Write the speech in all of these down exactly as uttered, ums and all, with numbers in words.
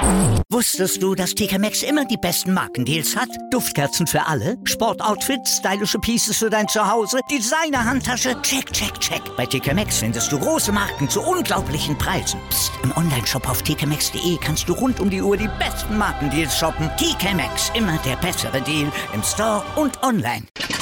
Wusstest du, dass T K Maxx immer die besten Markendeals hat? Duftkerzen für alle, Sportoutfits, stylische Pieces für dein Zuhause, Designer-Handtasche, check, check, check. Bei T K Maxx findest du große Marken zu unglaublichen Preisen. Psst. Im Onlineshop auf t k maxx punkt d e kannst du rund um die Uhr die besten Markendeals shoppen. T K Maxx, immer der bessere Deal im Store und online.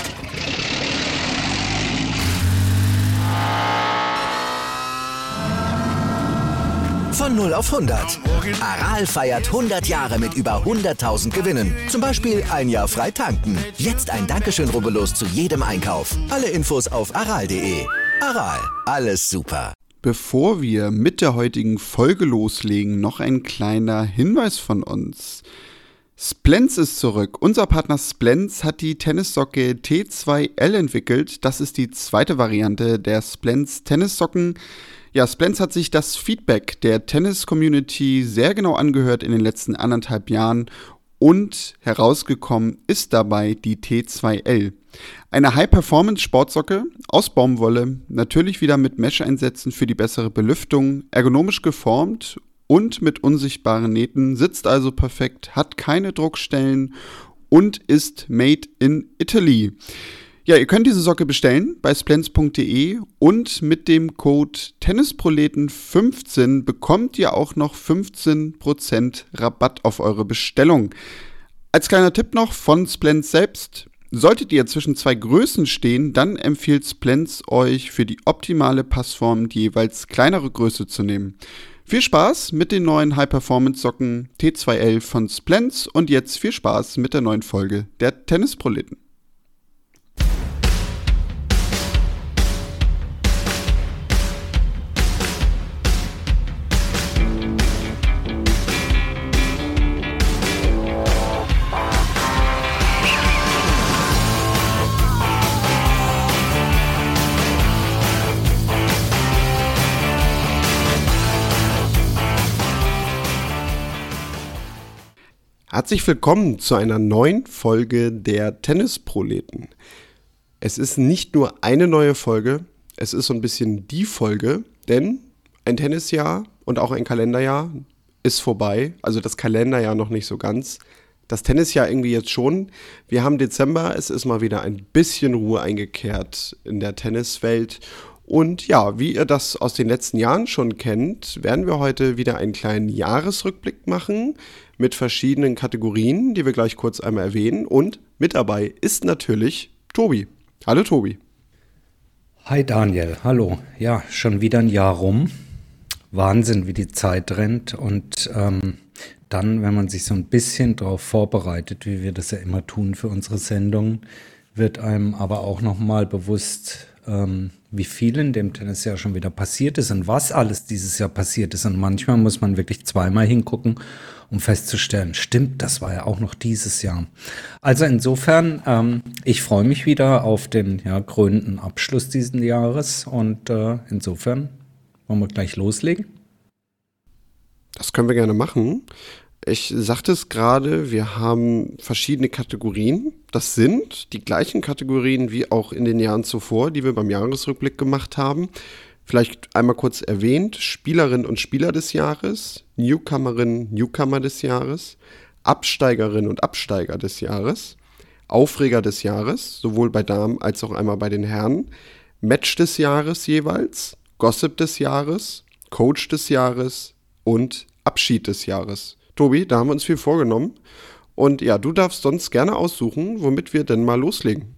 Von null auf hundert. Aral feiert hundert Jahre mit über hunderttausend Gewinnen. Zum Beispiel ein Jahr frei tanken. Jetzt ein Dankeschön, rubbellos zu jedem Einkauf. Alle Infos auf aral punkt de. Aral, alles super. Bevor wir mit der heutigen Folge loslegen, noch ein kleiner Hinweis von uns. Splenz ist zurück. Unser Partner Splenz hat die Tennissocke T zwei L entwickelt. Das ist die zweite Variante der Splenz Tennissocken. Ja, Splenz hat sich das Feedback der Tennis-Community sehr genau angehört in den letzten anderthalb Jahren und herausgekommen ist dabei die T zwei L. Eine High-Performance-Sportsocke aus Baumwolle, natürlich wieder mit Mesh-Einsätzen für die bessere Belüftung, ergonomisch geformt und mit unsichtbaren Nähten, sitzt also perfekt, hat keine Druckstellen und ist made in Italy. Ja, ihr könnt diese Socke bestellen bei splenz punkt de und mit dem Code tennisproleten fünfzehn bekommt ihr auch noch fünfzehn Prozent Rabatt auf eure Bestellung. Als kleiner Tipp noch von Splenz selbst: Solltet ihr zwischen zwei Größen stehen, dann empfiehlt Splenz euch für die optimale Passform die jeweils kleinere Größe zu nehmen. Viel Spaß mit den neuen High-Performance-Socken T zwei L von Splenz und jetzt viel Spaß mit der neuen Folge der Tennisproleten. Herzlich willkommen zu einer neuen Folge der Tennisproleten. Es ist nicht nur eine neue Folge, es ist so ein bisschen die Folge, denn ein Tennisjahr und auch ein Kalenderjahr ist vorbei. Also das Kalenderjahr noch nicht so ganz, das Tennisjahr irgendwie jetzt schon. Wir haben Dezember, es ist mal wieder ein bisschen Ruhe eingekehrt in der Tenniswelt. Und ja, wie ihr das aus den letzten Jahren schon kennt, werden wir heute wieder einen kleinen Jahresrückblick machen mit verschiedenen Kategorien, die wir gleich kurz einmal erwähnen. Und mit dabei ist natürlich Tobi. Hallo Tobi. Hi Daniel, hallo. Ja, schon wieder ein Jahr rum. Wahnsinn, wie die Zeit rennt. Und ähm, dann, wenn man sich so ein bisschen darauf vorbereitet, wie wir das ja immer tun für unsere Sendung, wird einem aber auch nochmal bewusst, ähm, wie viel in dem Tennisjahr schon wieder passiert ist und was alles dieses Jahr passiert ist. Und manchmal muss man wirklich zweimal hingucken, um festzustellen, stimmt, das war ja auch noch dieses Jahr. Also insofern, ähm, ich freue mich wieder auf den ja, krönenden Abschluss dieses Jahres und äh, insofern wollen wir gleich loslegen. Das können wir gerne machen. Ich sagte es gerade, wir haben verschiedene Kategorien. Das sind die gleichen Kategorien wie auch in den Jahren zuvor, die wir beim Jahresrückblick gemacht haben. Vielleicht einmal kurz erwähnt: Spielerin und Spieler des Jahres, Newcomerin, Newcomer des Jahres, Absteigerin und Absteiger des Jahres, Aufreger des Jahres, sowohl bei Damen als auch einmal bei den Herren, Match des Jahres jeweils, Gossip des Jahres, Coach des Jahres und Abschied des Jahres. Tobi, da haben wir uns viel vorgenommen. Und ja, du darfst sonst gerne aussuchen, womit wir denn mal loslegen.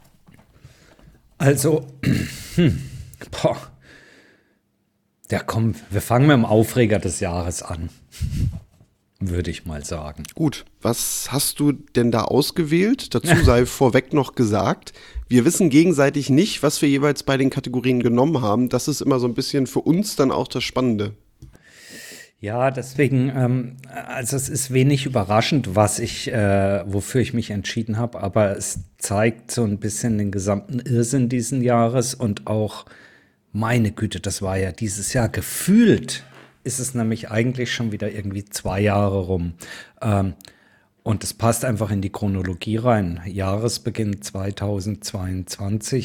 Also, hm, boah. Ja komm, wir fangen mit dem Aufreger des Jahres an, würde ich mal sagen. Gut, was hast du denn da ausgewählt? Dazu sei vorweg noch gesagt, wir wissen gegenseitig nicht, was wir jeweils bei den Kategorien genommen haben. Das ist immer so ein bisschen für uns dann auch das Spannende. Ja, deswegen, ähm, also es ist wenig überraschend, was ich, äh, wofür ich mich entschieden habe, aber es zeigt so ein bisschen den gesamten Irrsinn diesen Jahres und auch, meine Güte, das war ja dieses Jahr gefühlt, ist es nämlich eigentlich schon wieder irgendwie zwei Jahre rum. Ähm, und es passt einfach in die Chronologie rein. Jahresbeginn zweitausendzweiundzwanzig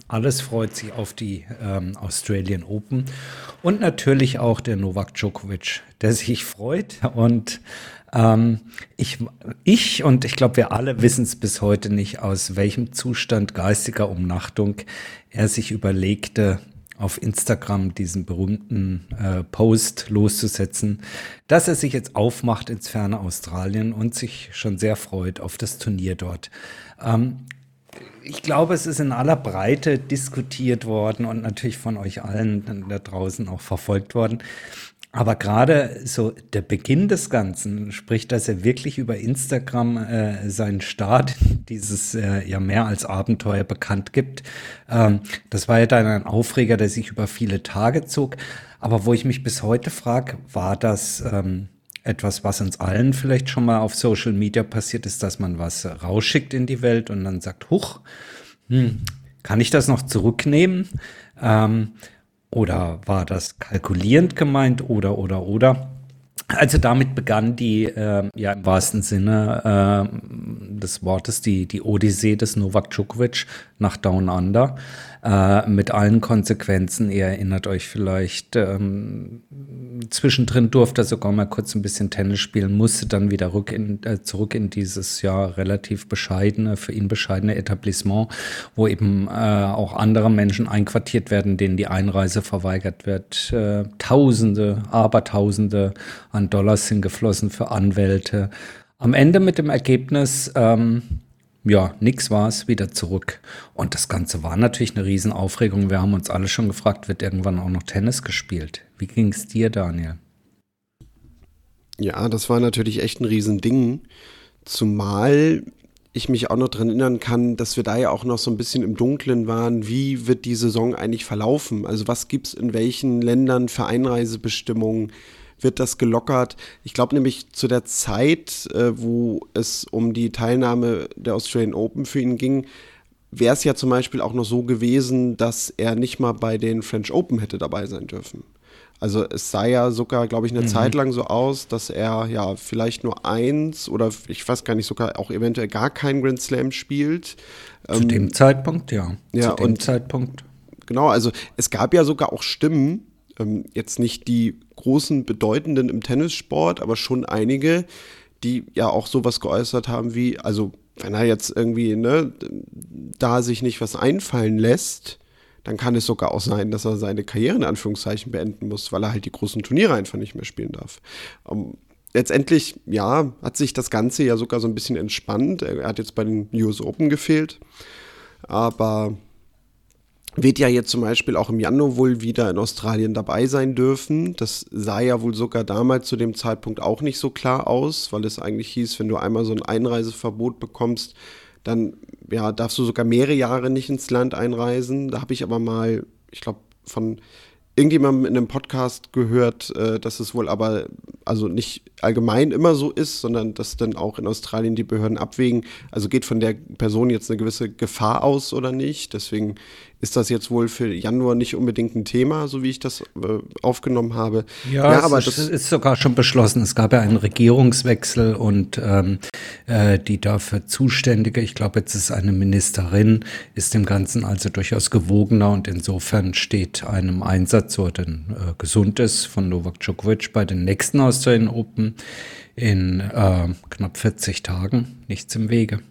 Alles freut sich auf die ähm, Australian Open und natürlich auch der Novak Djokovic, der sich freut. Und ähm, ich, ich und ich glaube, wir alle wissen es bis heute nicht, aus welchem Zustand geistiger Umnachtung er sich überlegte, auf Instagram diesen berühmten äh, Post loszusetzen, dass er sich jetzt aufmacht ins ferne Australien und sich schon sehr freut auf das Turnier dort. Ähm, ich glaube, es ist in aller Breite diskutiert worden und natürlich von euch allen da draußen auch verfolgt worden. Aber gerade so der Beginn des Ganzen, sprich, dass er wirklich über Instagram äh, seinen Start, dieses äh, ja mehr als Abenteuer bekannt gibt, ähm, das war ja dann ein Aufreger, der sich über viele Tage zog. Aber wo ich mich bis heute frage, war das ähm, etwas, was uns allen vielleicht schon mal auf Social Media passiert ist, dass man was rausschickt in die Welt und dann sagt, huch, hm, kann ich das noch zurücknehmen? Ähm, Oder war das kalkulierend gemeint oder, oder, oder? Also damit begann die, äh, ja im wahrsten Sinne äh, des Wortes, die, die Odyssee des Novak Djokovic nach Down Under äh, mit allen Konsequenzen. Ihr erinnert euch vielleicht, ähm, zwischendrin durfte er sogar mal kurz ein bisschen Tennis spielen, musste dann wieder rück in, äh, zurück in dieses ja relativ bescheidene, für ihn bescheidene Etablissement, wo eben äh, auch andere Menschen einquartiert werden, denen die Einreise verweigert wird. Äh, Tausende, Abertausende an Dollars sind geflossen für Anwälte. Am Ende mit dem Ergebnis, ähm, ja, nix war es, wieder zurück. Und das Ganze war natürlich eine Riesenaufregung. Wir haben uns alle schon gefragt, wird irgendwann auch noch Tennis gespielt? Wie ging es dir, Daniel? Ja, das war natürlich echt ein Riesending. Zumal ich mich auch noch daran erinnern kann, dass wir da ja auch noch so ein bisschen im Dunkeln waren, wie wird die Saison eigentlich verlaufen? Also was gibt es in welchen Ländern für Einreisebestimmungen? Wird das gelockert? Ich glaube nämlich zu der Zeit, äh, wo es um die Teilnahme der Australian Open für ihn ging, wäre es ja zum Beispiel auch noch so gewesen, dass er nicht mal bei den French Open hätte dabei sein dürfen. Also es sah ja sogar, glaube ich, eine mhm. Zeit lang so aus, dass er ja vielleicht nur eins oder ich weiß gar nicht, sogar auch eventuell gar keinen Grand Slam spielt. Zu ähm, dem Zeitpunkt, ja. ja Zu dem und, Zeitpunkt. Genau, also es gab ja sogar auch Stimmen, ähm, jetzt nicht die großen, bedeutenden im Tennissport, aber schon einige, die ja auch sowas geäußert haben wie, also wenn er jetzt irgendwie, ne, da sich nicht was einfallen lässt, dann kann es sogar auch sein, dass er seine Karriere in Anführungszeichen beenden muss, weil er halt die großen Turniere einfach nicht mehr spielen darf. Um, letztendlich, ja, hat sich das Ganze ja sogar so ein bisschen entspannt. Er hat jetzt bei den U S Open gefehlt, aber wird ja jetzt zum Beispiel auch im Januar wohl wieder in Australien dabei sein dürfen. Das sah ja wohl sogar damals zu dem Zeitpunkt auch nicht so klar aus, weil es eigentlich hieß, wenn du einmal so ein Einreiseverbot bekommst, dann ja, darfst du sogar mehrere Jahre nicht ins Land einreisen. Da habe ich aber mal, ich glaube, von irgendjemandem in einem Podcast gehört, äh, dass es wohl aber also nicht allgemein immer so ist, sondern dass dann auch in Australien die Behörden abwägen, also geht von der Person jetzt eine gewisse Gefahr aus oder nicht. Deswegen ist das jetzt wohl für Januar nicht unbedingt ein Thema, so wie ich das äh, aufgenommen habe. Ja, ja es aber ist, das ist sogar schon beschlossen. Es gab ja einen Regierungswechsel und ähm, äh, die dafür Zuständige, ich glaube jetzt ist eine Ministerin, ist dem Ganzen also durchaus gewogener und insofern steht einem Einsatz, so denn äh, gesund ist, von Novak Djokovic bei den nächsten Australian Open in äh, knapp vierzig Tagen nichts im Wege.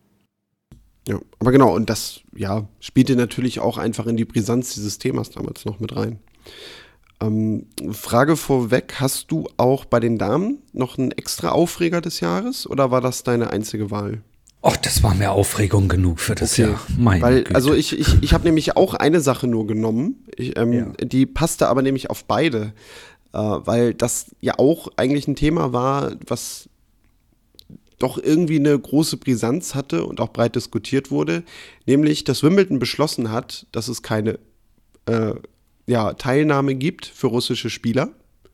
Ja, aber genau, und das ja, spielte natürlich auch einfach in die Brisanz dieses Themas damals noch mit rein. Ähm, Frage vorweg, hast du auch bei den Damen noch einen extra Aufreger des Jahres oder war das deine einzige Wahl? Ach, das war mir Aufregung genug für das okay. Jahr. Meine Weil, Güte. also ich, ich, ich habe nämlich auch eine Sache nur genommen, ich, ähm, Ja. die passte aber nämlich auf beide, äh, weil das ja auch eigentlich ein Thema war, was doch irgendwie eine große Brisanz hatte und auch breit diskutiert wurde, nämlich, dass Wimbledon beschlossen hat, dass es keine äh, ja, Teilnahme gibt für russische Spieler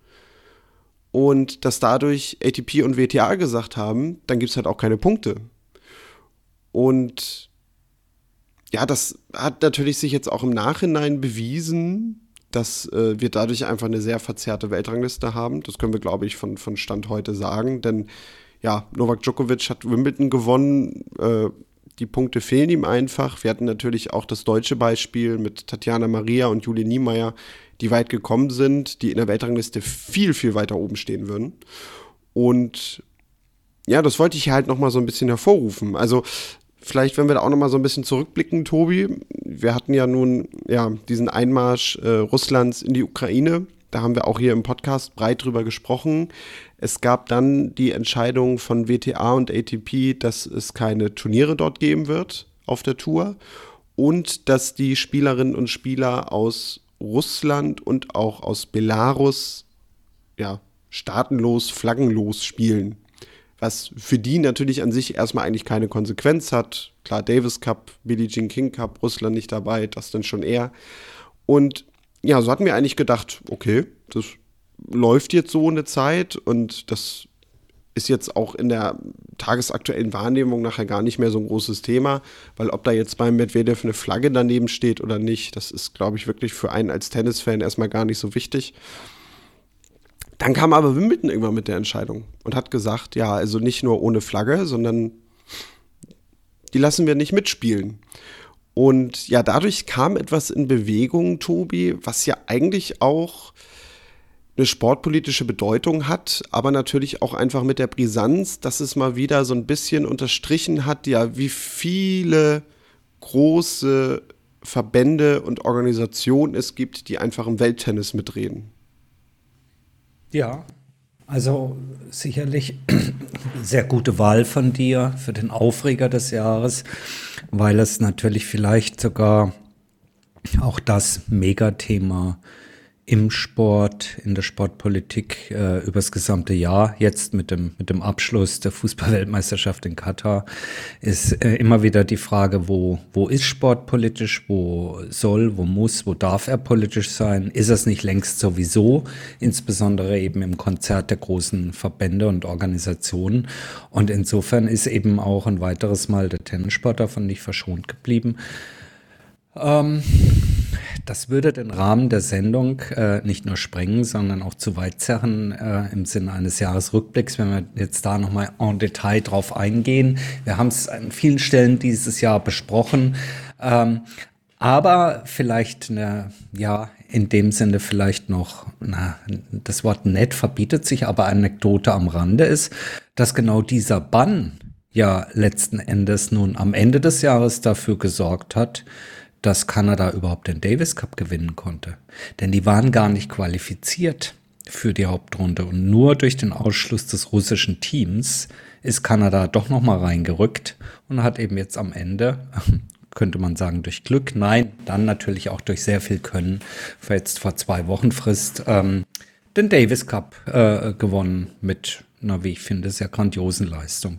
und dass dadurch A T P und W T A gesagt haben, dann gibt es halt auch keine Punkte. Und ja, das hat natürlich sich jetzt auch im Nachhinein bewiesen, dass äh, wir dadurch einfach eine sehr verzerrte Weltrangliste haben. Das können wir, glaube ich, von, von Stand heute sagen, denn ja, Novak Djokovic hat Wimbledon gewonnen, äh, die Punkte fehlen ihm einfach. Wir hatten natürlich auch das deutsche Beispiel mit Tatjana Maria und Julie Niemeyer, die weit gekommen sind, die in der Weltrangliste viel, viel weiter oben stehen würden. Und ja, das wollte ich halt nochmal so ein bisschen hervorrufen. Also vielleicht, wenn wir da auch nochmal so ein bisschen zurückblicken, Tobi. Wir hatten ja nun ja diesen Einmarsch äh, Russlands in die Ukraine. Da haben wir auch hier im Podcast breit drüber gesprochen. Es gab dann die Entscheidung von W T A und A T P, dass es keine Turniere dort geben wird auf der Tour und dass die Spielerinnen und Spieler aus Russland und auch aus Belarus ja, staatenlos, flaggenlos spielen. Was für die natürlich an sich erstmal eigentlich keine Konsequenz hat. Klar, Davis Cup, Billie Jean King Cup, Russland nicht dabei, das dann schon eher. Und ja, so hatten wir eigentlich gedacht, okay, das läuft jetzt so eine Zeit und das ist jetzt auch in der tagesaktuellen Wahrnehmung nachher gar nicht mehr so ein großes Thema, weil ob da jetzt beim Medvedev eine Flagge daneben steht oder nicht, das ist, glaube ich, wirklich für einen als Tennisfan erstmal gar nicht so wichtig. Dann kam aber Wimbledon irgendwann mit der Entscheidung und hat gesagt, ja, also nicht nur ohne Flagge, sondern die lassen wir nicht mitspielen. Und ja, dadurch kam etwas in Bewegung, Tobi, was ja eigentlich auch eine sportpolitische Bedeutung hat, aber natürlich auch einfach mit der Brisanz, dass es mal wieder so ein bisschen unterstrichen hat, ja, wie viele große Verbände und Organisationen es gibt, die einfach im Welttennis mitreden. Ja, also sicherlich sehr gute Wahl von dir für den Aufreger des Jahres, weil es natürlich vielleicht sogar auch das Megathema im Sport, in der Sportpolitik äh, übers gesamte Jahr, jetzt mit dem, mit dem Abschluss der Fußball-Weltmeisterschaft in Katar, ist äh, immer wieder die Frage, wo, wo ist Sport politisch, wo soll, wo muss, wo darf er politisch sein? Ist es nicht längst sowieso, insbesondere eben im Konzert der großen Verbände und Organisationen? Und insofern ist eben auch ein weiteres Mal der Tennissport davon nicht verschont geblieben. Ähm, das würde den Rahmen der Sendung äh, nicht nur sprengen, sondern auch zu weit zerren äh, im Sinne eines Jahresrückblicks, wenn wir jetzt da nochmal en Detail drauf eingehen. Wir haben es an vielen Stellen dieses Jahr besprochen, ähm, aber vielleicht, eine, ja, in dem Sinne vielleicht noch, na, das Wort nett verbietet sich, aber Anekdote am Rande ist, dass genau dieser Bann ja letzten Endes nun am Ende des Jahres dafür gesorgt hat, dass Kanada überhaupt den Davis Cup gewinnen konnte. Denn die waren gar nicht qualifiziert für die Hauptrunde. Und nur durch den Ausschluss des russischen Teams ist Kanada doch nochmal reingerückt und hat eben jetzt am Ende, könnte man sagen, durch Glück, nein, dann natürlich auch durch sehr viel Können, für jetzt vor zwei Wochen Frist, ähm, den Davis Cup äh, gewonnen mit einer, wie ich finde, sehr grandiosen Leistung.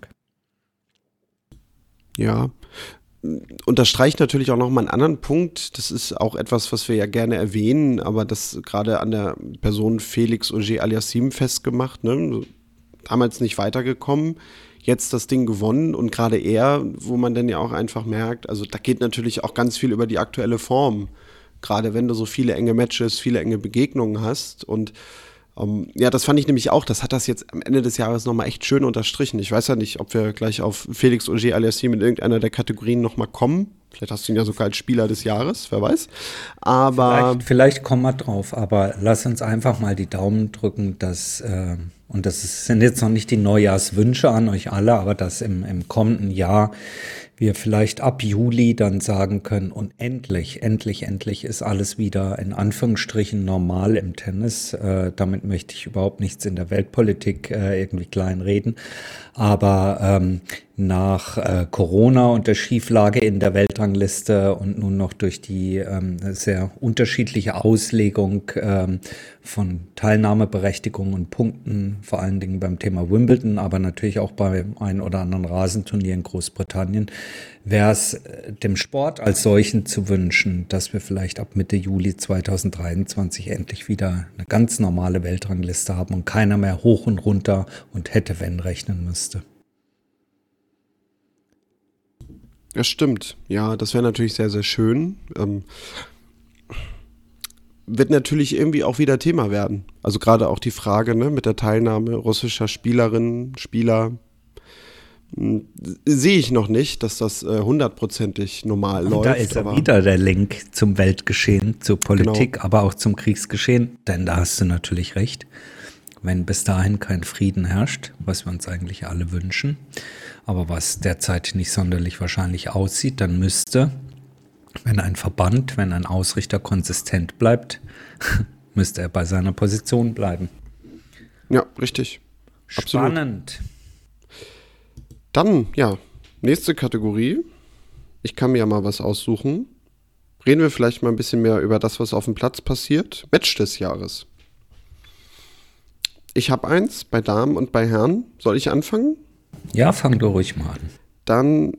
Ja, unterstreicht natürlich auch nochmal einen anderen Punkt. Das ist auch etwas, was wir ja gerne erwähnen, aber das gerade an der Person Felix Auger-Aliassime festgemacht, ne? Damals nicht weitergekommen, jetzt das Ding gewonnen und gerade er, wo man dann ja auch einfach merkt, also da geht natürlich auch ganz viel über die aktuelle Form, gerade wenn du so viele enge Matches, viele enge Begegnungen hast und Um, ja, das fand ich nämlich auch, das hat das jetzt am Ende des Jahres nochmal echt schön unterstrichen. Ich weiß ja nicht, ob wir gleich auf Felix Auger-Aliassime in irgendeiner der Kategorien nochmal kommen. Vielleicht hast du ihn ja sogar als Spieler des Jahres, wer weiß. Aber Vielleicht, vielleicht kommen wir drauf, aber lass uns einfach mal die Daumen drücken, dass, äh, und das ist, sind jetzt noch nicht die Neujahrswünsche an euch alle, aber dass im, im kommenden Jahr wir vielleicht ab Juli dann sagen können, und endlich, endlich, endlich ist alles wieder in Anführungsstrichen normal im Tennis. Äh, damit möchte ich überhaupt nichts in der Weltpolitik äh, irgendwie kleinreden. Aber ähm, nach äh, Corona und der Schieflage in der Weltrangliste und nun noch durch die ähm, sehr unterschiedliche Auslegung ähm, von Teilnahmeberechtigung und Punkten, vor allen Dingen beim Thema Wimbledon, aber natürlich auch beim ein oder anderen Rasenturnier in Großbritannien, wäre es dem Sport als solchen zu wünschen, dass wir vielleicht ab Mitte Juli zweitausenddreiundzwanzig endlich wieder eine ganz normale Weltrangliste haben und keiner mehr hoch und runter und hätte wenn rechnen müsste. Ja, stimmt. Ja, das wäre natürlich sehr, sehr schön. Ähm, wird natürlich irgendwie auch wieder Thema werden. Also gerade auch die Frage, ne, mit der Teilnahme russischer Spielerinnen, Spieler. Hm, sehe ich noch nicht, dass das äh, hundertprozentig normal Und läuft. da ist ja aber wieder der Link zum Weltgeschehen, zur Politik, Genau. aber auch zum Kriegsgeschehen. Denn da hast du natürlich recht. Wenn bis dahin kein Frieden herrscht, was wir uns eigentlich alle wünschen, aber was derzeit nicht sonderlich wahrscheinlich aussieht, dann müsste, wenn ein Verband, wenn ein Ausrichter konsistent bleibt, müsste er bei seiner Position bleiben. Ja, richtig. Absolut. Spannend. Dann, ja, nächste Kategorie. Ich kann mir ja mal was aussuchen. Reden wir vielleicht mal ein bisschen mehr über das, was auf dem Platz passiert. Match des Jahres. Ich habe eins bei Damen und bei Herren. Soll ich anfangen? Ja, fang du ruhig mal an. Dann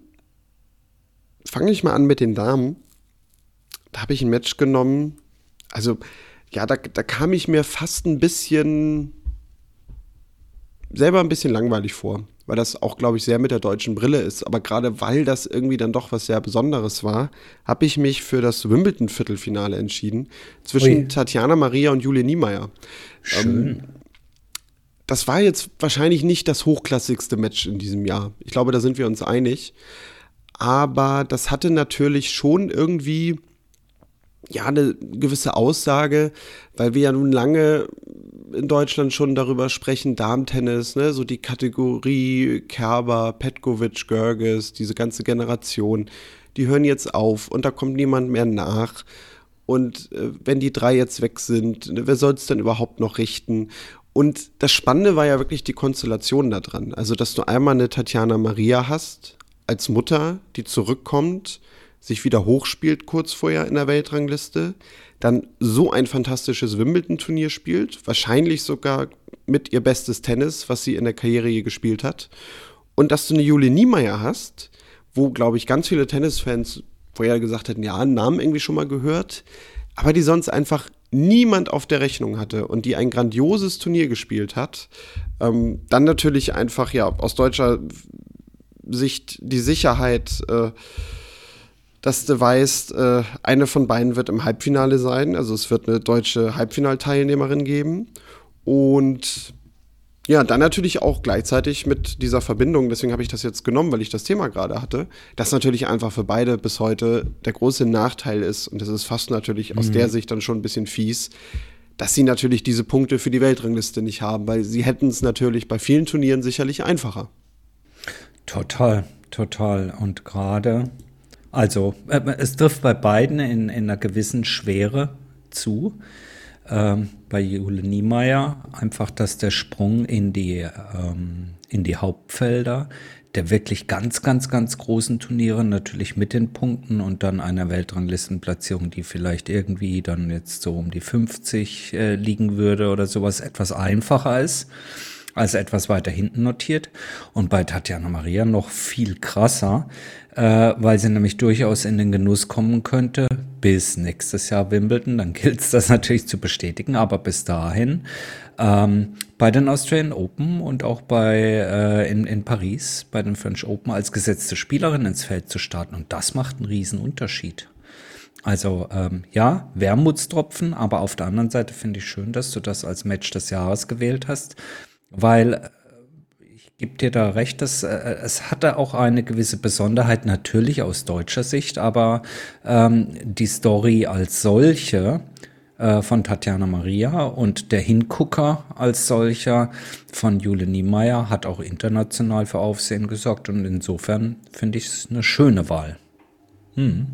fange ich mal an mit den Damen. Da habe ich ein Match genommen. Also, ja, da, da kam ich mir fast ein bisschen, selber ein bisschen langweilig vor, weil das auch, glaube ich, sehr mit der deutschen Brille ist. Aber gerade weil das irgendwie dann doch was sehr Besonderes war, habe ich mich für das Wimbledon-Viertelfinale entschieden zwischen Ui. Tatjana Maria und Julia Niemeyer. Schön. Ähm, das war jetzt wahrscheinlich nicht das hochklassigste Match in diesem Jahr. Ich glaube, da sind wir uns einig. Aber das hatte natürlich schon irgendwie ja eine gewisse Aussage, weil wir ja nun lange in Deutschland schon darüber sprechen, Damentennis, ne, so die Kategorie Kerber, Petkovic, Görges, diese ganze Generation, die hören jetzt auf und da kommt niemand mehr nach. Und äh, wenn die drei jetzt weg sind, ne, wer soll es denn überhaupt noch richten? Und das Spannende war ja wirklich die Konstellation da dran. Also, dass du einmal eine Tatjana Maria hast, als Mutter, die zurückkommt, sich wieder hochspielt kurz vorher in der Weltrangliste, dann so ein fantastisches Wimbledon-Turnier spielt, wahrscheinlich sogar mit ihr bestes Tennis, was sie in der Karriere je gespielt hat. Und dass du eine Julia Niemeyer hast, wo, glaube ich, ganz viele Tennisfans vorher gesagt hätten, ja, einen Namen irgendwie schon mal gehört, aber die sonst einfach niemand auf der Rechnung hatte und die ein grandioses Turnier gespielt hat. Ähm, dann natürlich einfach, ja, aus deutscher Sicht die Sicherheit, äh, dass du weißt, äh, eine von beiden wird im Halbfinale sein. Also es wird eine deutsche Halbfinalteilnehmerin geben. Und ja, dann natürlich auch gleichzeitig mit dieser Verbindung, deswegen habe ich das jetzt genommen, weil ich das Thema gerade hatte, das natürlich einfach für beide bis heute der große Nachteil ist, und das ist fast natürlich aus der Sicht dann schon ein bisschen fies, dass sie natürlich diese Punkte für die Weltrangliste nicht haben, weil sie hätten es natürlich bei vielen Turnieren sicherlich einfacher. Total, total. Und gerade, also äh, es trifft bei beiden in, in einer gewissen Schwere zu. Ähm, bei Jule Niemeyer einfach, dass der Sprung in die, ähm, in die Hauptfelder der wirklich ganz, ganz, ganz großen Turniere, natürlich mit den Punkten und dann einer Weltranglistenplatzierung, die vielleicht irgendwie dann jetzt so um die fünfzig äh, liegen würde oder sowas, etwas einfacher ist, als etwas weiter hinten notiert. Und bei Tatjana Maria noch viel krasser, äh, weil sie nämlich durchaus in den Genuss kommen könnte, bis nächstes Jahr Wimbledon, dann gilt es das natürlich zu bestätigen, aber bis dahin ähm, bei den Australian Open und auch bei äh, in, in Paris, bei den French Open als gesetzte Spielerin ins Feld zu starten. Und das macht einen riesen Unterschied. Also ähm, ja, Wermutstropfen, aber auf der anderen Seite finde ich schön, dass du das als Match des Jahres gewählt hast, weil ich gebe dir da recht, dass äh, es hatte auch eine gewisse Besonderheit, natürlich aus deutscher Sicht, aber ähm, die Story als solche äh, von Tatjana Maria und der Hingucker als solcher von Jule Niemeyer hat auch international für Aufsehen gesorgt, und insofern finde ich es eine schöne Wahl. Hm.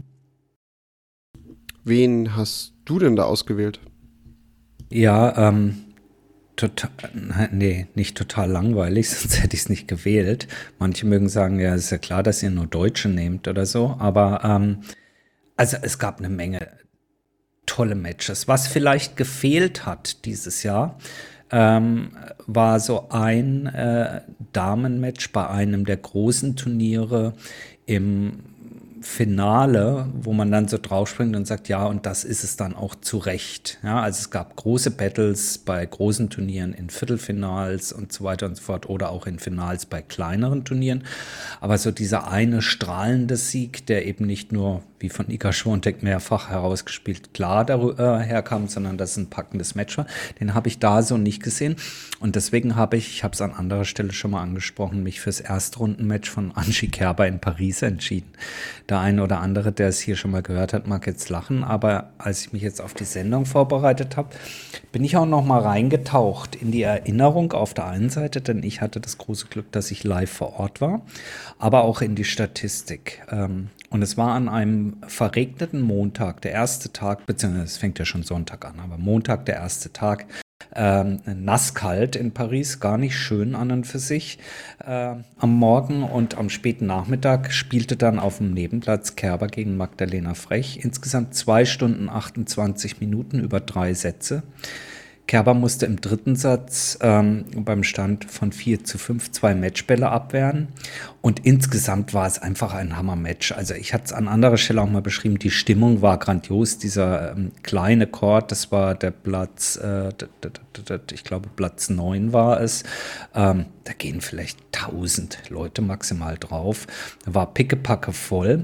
Wen hast du denn da ausgewählt? Ja, ähm, total, nee, nicht total langweilig, sonst hätte ich es nicht gewählt. Manche mögen sagen, ja, ist ja klar, dass ihr nur Deutsche nehmt oder so, aber ähm, also es gab eine Menge tolle Matches. Was vielleicht gefehlt hat dieses Jahr, ähm, war so ein äh, Damenmatch bei einem der großen Turniere im Finale, wo man dann so draufspringt und sagt, ja, und das ist es dann auch zu Recht. Ja, also es gab große Battles bei großen Turnieren in Viertelfinals und so weiter und so fort oder auch in Finals bei kleineren Turnieren. Aber so dieser eine strahlende Sieg, der eben nicht nur, wie von Iga Swiatek mehrfach herausgespielt, klar daherkam, sondern dass es ein packendes Match war, den habe ich da so nicht gesehen. Und deswegen habe ich, ich habe es an anderer Stelle schon mal angesprochen, mich fürs Erstrundenmatch von Angie Kerber in Paris entschieden. Der eine oder andere, der es hier schon mal gehört hat, mag jetzt lachen, aber als ich mich jetzt auf die Sendung vorbereitet habe, bin ich auch noch mal reingetaucht in die Erinnerung auf der einen Seite, denn ich hatte das große Glück, dass ich live vor Ort war, aber auch in die Statistik. Und es war an einem verregneten Montag, der erste Tag, beziehungsweise es fängt ja schon Sonntag an, aber Montag, der erste Tag, Ähm, nasskalt in Paris, gar nicht schön an und für sich. Äh, am Morgen und am späten Nachmittag spielte dann auf dem Nebenplatz Kerber gegen Magdalena Frech. Insgesamt zwei Stunden achtundzwanzig Minuten über drei Sätze. Kerber musste im dritten Satz ähm, beim Stand von vier zu fünf zwei Matchbälle abwehren. Und insgesamt war es einfach ein Hammer-Match. Also ich hatte es an anderer Stelle auch mal beschrieben, die Stimmung war grandios. Dieser ähm, kleine Court, das war der Platz, äh, d- d- d- d- ich glaube Platz neun war es. Ähm, da gehen vielleicht tausend Leute maximal drauf. War pickepacke voll.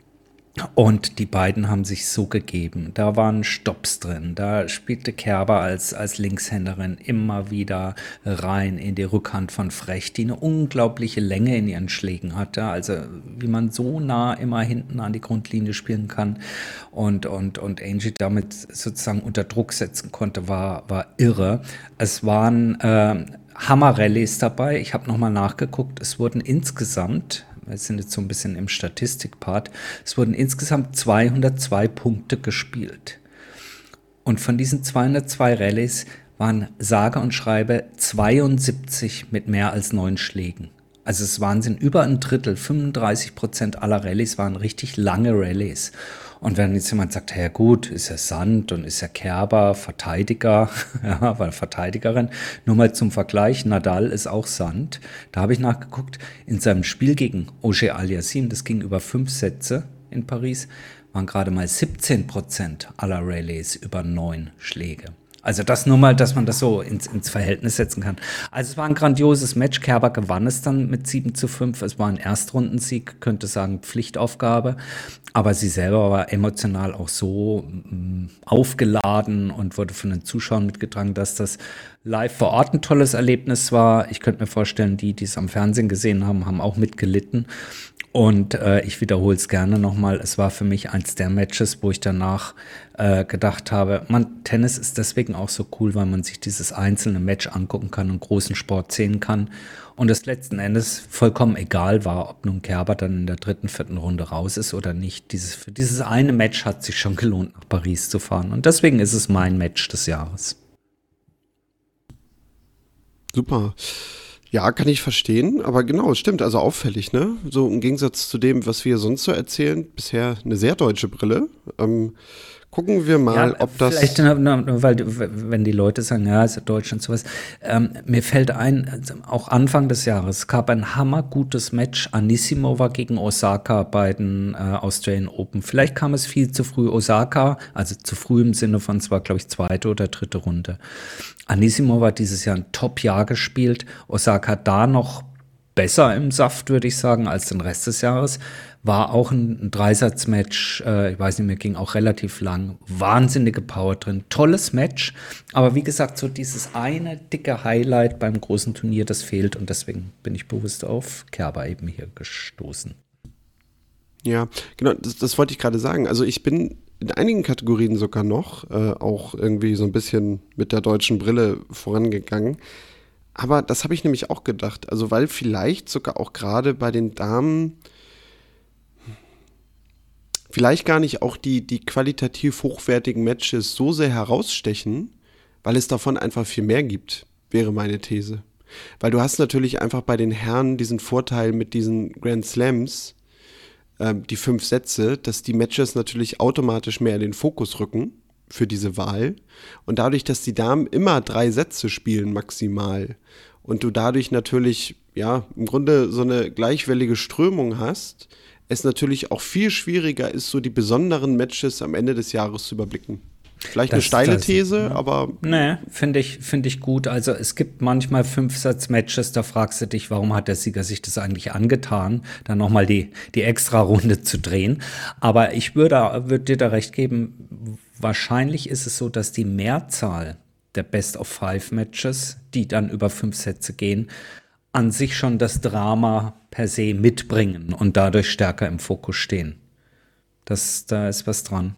Und die beiden haben sich so gegeben. Da waren Stopps drin. Da spielte Kerber als, als Linkshänderin immer wieder rein in die Rückhand von Frech, die eine unglaubliche Länge in ihren Schlägen hatte. Also wie man so nah immer hinten an die Grundlinie spielen kann und, und, und Angie damit sozusagen unter Druck setzen konnte, war, war irre. Es waren äh, Hammer-Rallyes dabei. Ich habe nochmal nachgeguckt. Es wurden insgesamt... Wir sind jetzt so ein bisschen im Statistikpart. Es wurden insgesamt zweihundertzwei Punkte gespielt. Und von diesen zweihundertzwei Rallyes waren sage und schreibe zweiundsiebzig mit mehr als neun Schlägen. Also es waren sind über ein Drittel, fünfunddreißig Prozent aller Rallyes waren richtig lange Rallyes. Und wenn jetzt jemand sagt, ja gut, ist ja Sand und ist ja Kerber, Verteidiger, ja, weil Verteidigerin, nur mal zum Vergleich, Nadal ist auch Sand. Da habe ich nachgeguckt, in seinem Spiel gegen Auger Aliassime, das ging über fünf Sätze in Paris, waren gerade mal siebzehn Prozent aller Rallyes über neun Schläge. Also das nur mal, dass man das so ins, ins Verhältnis setzen kann. Also es war ein grandioses Match. Kerber gewann es dann mit sieben zu fünf. Es war ein Erstrundensieg, könnte sagen Pflichtaufgabe. Aber sie selber war emotional auch so mh, aufgeladen und wurde von den Zuschauern mitgetragen, dass das live vor Ort ein tolles Erlebnis war. Ich könnte mir vorstellen, die, die es am Fernsehen gesehen haben, haben auch mitgelitten. Und äh, ich wiederhole es gerne nochmal, es war für mich eins der Matches, wo ich danach äh, gedacht habe, man, Tennis ist deswegen auch so cool, weil man sich dieses einzelne Match angucken kann und großen Sport sehen kann. Und es letzten Endes vollkommen egal war, ob nun Kerber dann in der dritten, vierten Runde raus ist oder nicht. Dieses, für dieses eine Match hat sich schon gelohnt, nach Paris zu fahren. Und deswegen ist es mein Match des Jahres. Super. Ja, kann ich verstehen, aber genau, es stimmt, also auffällig, ne? So im Gegensatz zu dem, was wir sonst so erzählen, bisher eine sehr deutsche Brille. Ähm, gucken wir mal, ja, ob das... Vielleicht, weil wenn die Leute sagen, ja, ist ja Deutsch und sowas, ähm, mir fällt ein, also auch Anfang des Jahres, es gab ein hammergutes Match, Anisimova gegen Osaka bei den äh, Australian Open. Vielleicht kam es viel zu früh, Osaka, also zu früh im Sinne von, es war, glaube ich, zweite oder dritte Runde. Anisimova hat dieses Jahr ein Top-Jahr gespielt. Osaka da noch besser im Saft, würde ich sagen, als den Rest des Jahres. War auch ein, ein Dreisatzmatch, äh, ich weiß nicht mehr, ging auch relativ lang. Wahnsinnige Power drin, tolles Match. Aber wie gesagt, so dieses eine dicke Highlight beim großen Turnier, das fehlt. Und deswegen bin ich bewusst auf Kerber eben hier gestoßen. Ja, genau, das, das wollte ich gerade sagen. Also ich bin in einigen Kategorien sogar noch äh, auch irgendwie so ein bisschen mit der deutschen Brille vorangegangen. Aber das habe ich nämlich auch gedacht. Also weil vielleicht sogar auch gerade bei den Damen vielleicht gar nicht auch die, die qualitativ hochwertigen Matches so sehr herausstechen, weil es davon einfach viel mehr gibt, wäre meine These. Weil du hast natürlich einfach bei den Herren diesen Vorteil mit diesen Grand Slams, die fünf Sätze, dass die Matches natürlich automatisch mehr in den Fokus rücken für diese Wahl. Und dadurch, dass die Damen immer drei Sätze spielen maximal und du dadurch natürlich, ja, im Grunde so eine gleichwellige Strömung hast, es natürlich auch viel schwieriger ist, so die besonderen Matches am Ende des Jahres zu überblicken. Vielleicht das, eine steile das, These, ja. aber. Nee, finde ich, find ich gut. Also es gibt manchmal Fünfsatz-Matches, da fragst du dich, warum hat der Sieger sich das eigentlich angetan, dann nochmal die, die Extra-Runde zu drehen. Aber ich würde, würde dir da recht geben, wahrscheinlich ist es so, dass die Mehrzahl der Best-of-Five-Matches, die dann über fünf Sätze gehen, an sich schon das Drama per se mitbringen und dadurch stärker im Fokus stehen. Das, da ist was dran.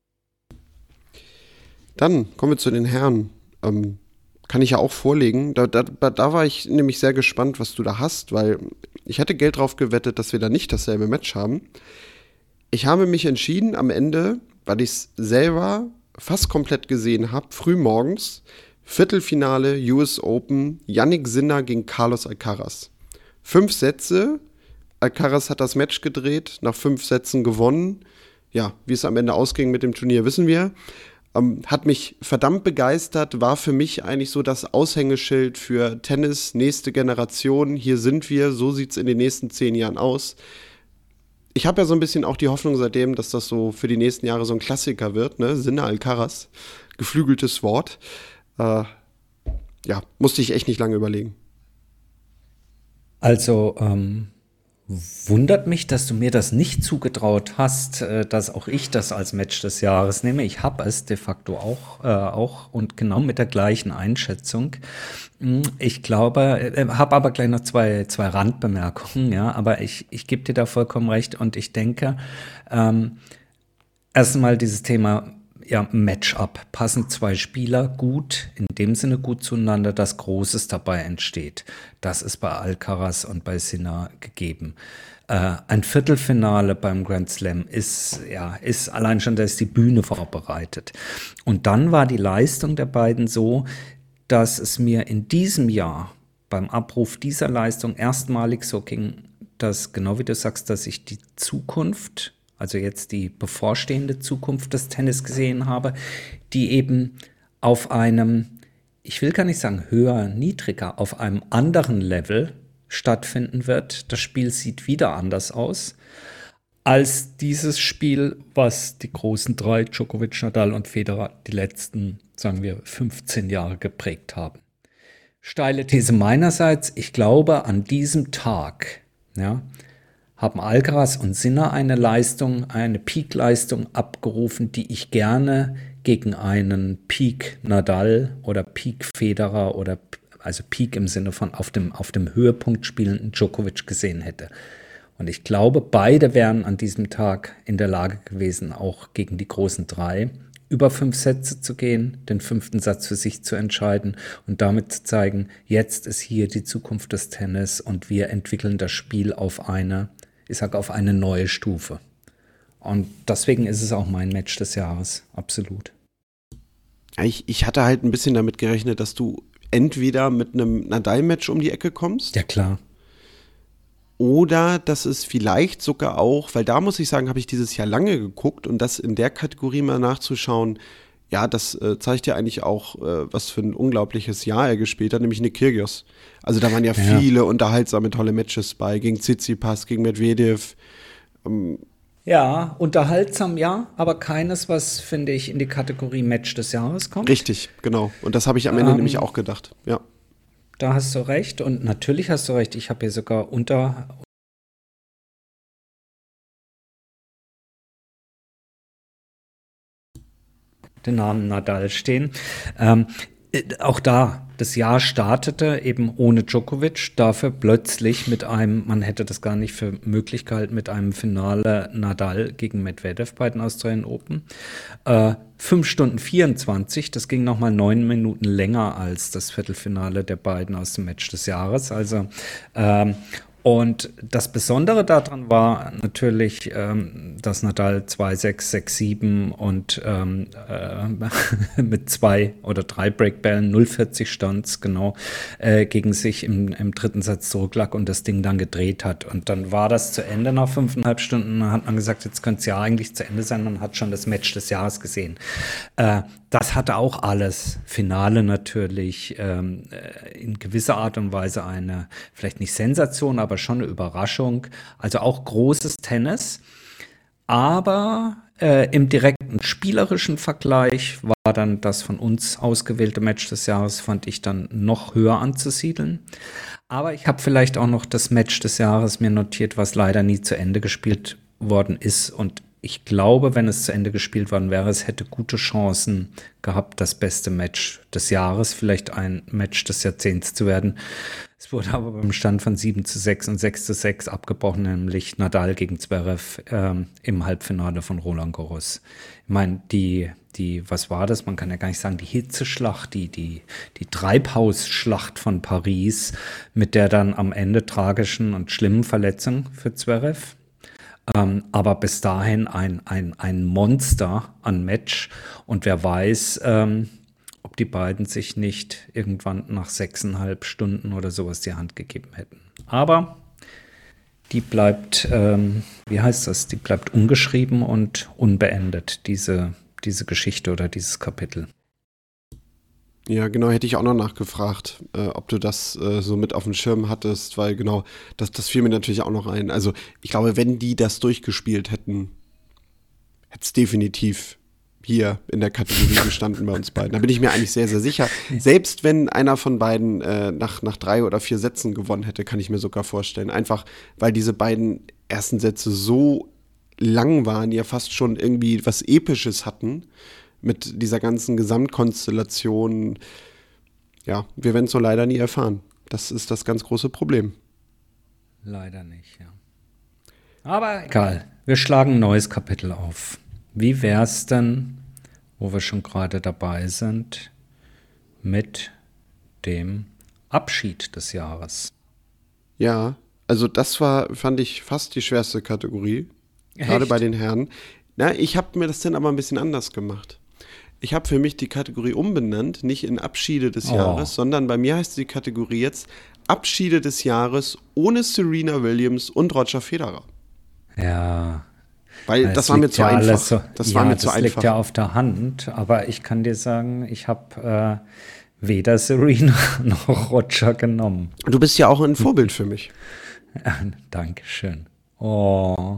Dann kommen wir zu den Herren. Ähm, kann ich ja auch vorlegen. Da, da, da war ich nämlich sehr gespannt, was du da hast, weil ich hätte Geld drauf gewettet, dass wir da nicht dasselbe Match haben. Ich habe mich entschieden am Ende, weil ich es selber fast komplett gesehen habe, früh morgens, Viertelfinale U S Open, Jannik Sinner gegen Carlos Alcaraz. Fünf Sätze, Alcaraz hat das Match gedreht, nach fünf Sätzen gewonnen. Ja, wie es am Ende ausging mit dem Turnier, wissen wir. Ähm, hat mich verdammt begeistert, war für mich eigentlich so das Aushängeschild für Tennis, nächste Generation, hier sind wir, so sieht es in den nächsten zehn Jahren aus. Ich habe ja so ein bisschen auch die Hoffnung seitdem, dass das so für die nächsten Jahre so ein Klassiker wird, ne? Sinner Alcaraz, geflügeltes Wort. Äh, ja, musste ich echt nicht lange überlegen. Also, ähm, wundert mich, dass du mir das nicht zugetraut hast, äh, dass auch ich das als Match des Jahres nehme. Ich habe es de facto auch, äh, auch und genau mit der gleichen Einschätzung. Ich glaube, äh, habe aber gleich noch zwei, zwei Randbemerkungen, ja, aber ich, ich gebe dir da vollkommen recht und ich denke, ähm, erstmal dieses Thema, ja, Matchup. Passen zwei Spieler gut, in dem Sinne gut zueinander, dass Großes dabei entsteht. Das ist bei Alcaraz und bei Sinner gegeben. Äh, ein Viertelfinale beim Grand Slam ist, ja, ist allein schon, da ist die Bühne vorbereitet. Und dann war die Leistung der beiden so, dass es mir in diesem Jahr beim Abruf dieser Leistung erstmalig so ging, dass, genau wie du sagst, dass ich die Zukunft, also jetzt die bevorstehende Zukunft des Tennis gesehen habe, die eben auf einem, ich will gar nicht sagen höher, niedriger, auf einem anderen Level stattfinden wird. Das Spiel sieht wieder anders aus als dieses Spiel, was die großen drei, Djokovic, Nadal und Federer, die letzten, sagen wir, fünfzehn Jahre geprägt haben. Steile These meinerseits, ich glaube, an diesem Tag, ja, haben Alcaraz und Sinner eine Leistung, eine Peak-Leistung abgerufen, die ich gerne gegen einen Peak Nadal oder Peak Federer oder also Peak im Sinne von auf dem, auf dem Höhepunkt spielenden Djokovic gesehen hätte. Und ich glaube, beide wären an diesem Tag in der Lage gewesen, auch gegen die großen drei über fünf Sätze zu gehen, den fünften Satz für sich zu entscheiden und damit zu zeigen, jetzt ist hier die Zukunft des Tennis und wir entwickeln das Spiel auf eine, ich sage, auf eine neue Stufe. Und deswegen ist es auch mein Match des Jahres, absolut. Ich, ich hatte halt ein bisschen damit gerechnet, dass du entweder mit einem Nadal-Match um die Ecke kommst. Ja, klar. Oder dass es vielleicht sogar auch, weil da muss ich sagen, habe ich dieses Jahr lange geguckt und das in der Kategorie mal nachzuschauen, ja, das äh, zeigt ja eigentlich auch, äh, was für ein unglaubliches Jahr er gespielt hat, nämlich Nick Kyrgios. Also da waren ja, ja viele unterhaltsame, tolle Matches bei, gegen Tsitsipas, gegen Medvedev. Ähm, ja, unterhaltsam, ja, aber keines, was, finde ich, in die Kategorie Match des Jahres kommt. Richtig, genau. Und das habe ich am Ende ähm, nämlich auch gedacht, ja. Da hast du recht und natürlich hast du recht, ich habe hier sogar unter den Namen Nadal stehen. Ähm, auch da, das Jahr startete eben ohne Djokovic, dafür plötzlich mit einem, man hätte das gar nicht für möglich gehalten, mit einem Finale Nadal gegen Medvedev bei den Australian Open. Äh, fünf Stunden vierundzwanzig, das ging nochmal neun Minuten länger als das Viertelfinale der beiden aus dem Match des Jahres. Also ähm, und das Besondere daran war natürlich, ähm, dass Nadal zwei sechs, sechs sieben und ähm, äh, mit zwei oder drei Breakballen, null vierzig Stands, genau, äh, gegen sich im, im dritten Satz zurücklag und das Ding dann gedreht hat. Und dann war das zu Ende nach fünfeinhalb Stunden. Dann hat man gesagt, jetzt könnte es ja eigentlich zu Ende sein. Man hat schon das Match des Jahres gesehen. Äh, das hatte auch alles. Finale natürlich, ähm, in gewisser Art und Weise eine, vielleicht nicht Sensation, aber aber schon eine Überraschung. Also auch großes Tennis. Aber äh, im direkten spielerischen Vergleich war dann das von uns ausgewählte Match des Jahres, fand ich dann noch höher anzusiedeln. Aber ich habe vielleicht auch noch das Match des Jahres mir notiert, was leider nie zu Ende gespielt worden ist. Und ich glaube, wenn es zu Ende gespielt worden wäre, es hätte gute Chancen gehabt, das beste Match des Jahres, vielleicht ein Match des Jahrzehnts zu werden. Es wurde aber beim Stand von sieben zu sechs und sechs zu sechs abgebrochen, nämlich Nadal gegen Zverev ähm, im Halbfinale von Roland Garros. Ich meine, die, die, was war das? Man kann ja gar nicht sagen, die Hitzeschlacht, die, die, die Treibhausschlacht von Paris mit der dann am Ende tragischen und schlimmen Verletzung für Zverev. Ähm, aber bis dahin ein, ein, ein Monster an Match. Und wer weiß, ähm, ob die beiden sich nicht irgendwann nach sechseinhalb Stunden oder sowas die Hand gegeben hätten. Aber die bleibt, ähm, wie heißt das, die bleibt ungeschrieben und unbeendet, diese, diese Geschichte oder dieses Kapitel. Ja, genau, hätte ich auch noch nachgefragt, äh, ob du das äh, so mit auf dem Schirm hattest, weil genau, das, das fiel mir natürlich auch noch ein. Also ich glaube, wenn die das durchgespielt hätten, hätte es definitiv hier in der Kategorie gestanden bei uns beiden. Da bin ich mir eigentlich sehr, sehr sicher. Selbst wenn einer von beiden äh, nach, nach drei oder vier Sätzen gewonnen hätte, kann ich mir sogar vorstellen. Einfach, weil diese beiden ersten Sätze so lang waren, ja fast schon irgendwie was Episches hatten. Mit dieser ganzen Gesamtkonstellation, ja, wir werden es so leider nie erfahren. Das ist das ganz große Problem. Leider nicht, ja. Aber egal, wir schlagen ein neues Kapitel auf. Wie wär's denn, wo wir schon gerade dabei sind, mit dem Abschied des Jahres? Ja, also das war, fand ich, fast die schwerste Kategorie, gerade bei den Herren. Na, ich habe mir das dann aber ein bisschen anders gemacht. Ich habe für mich die Kategorie umbenannt, nicht in Abschiede des oh. Jahres, sondern bei mir heißt die Kategorie jetzt Abschiede des Jahres ohne Serena Williams und Roger Federer. Ja. Weil das, das war mir zu ja einfach. So, das war ja, mir zu das einfach. Liegt ja auf der Hand, aber ich kann dir sagen, ich habe äh, weder Serena noch Roger genommen. Du bist ja auch ein Vorbild für mich. Ja, Dankeschön. Oh.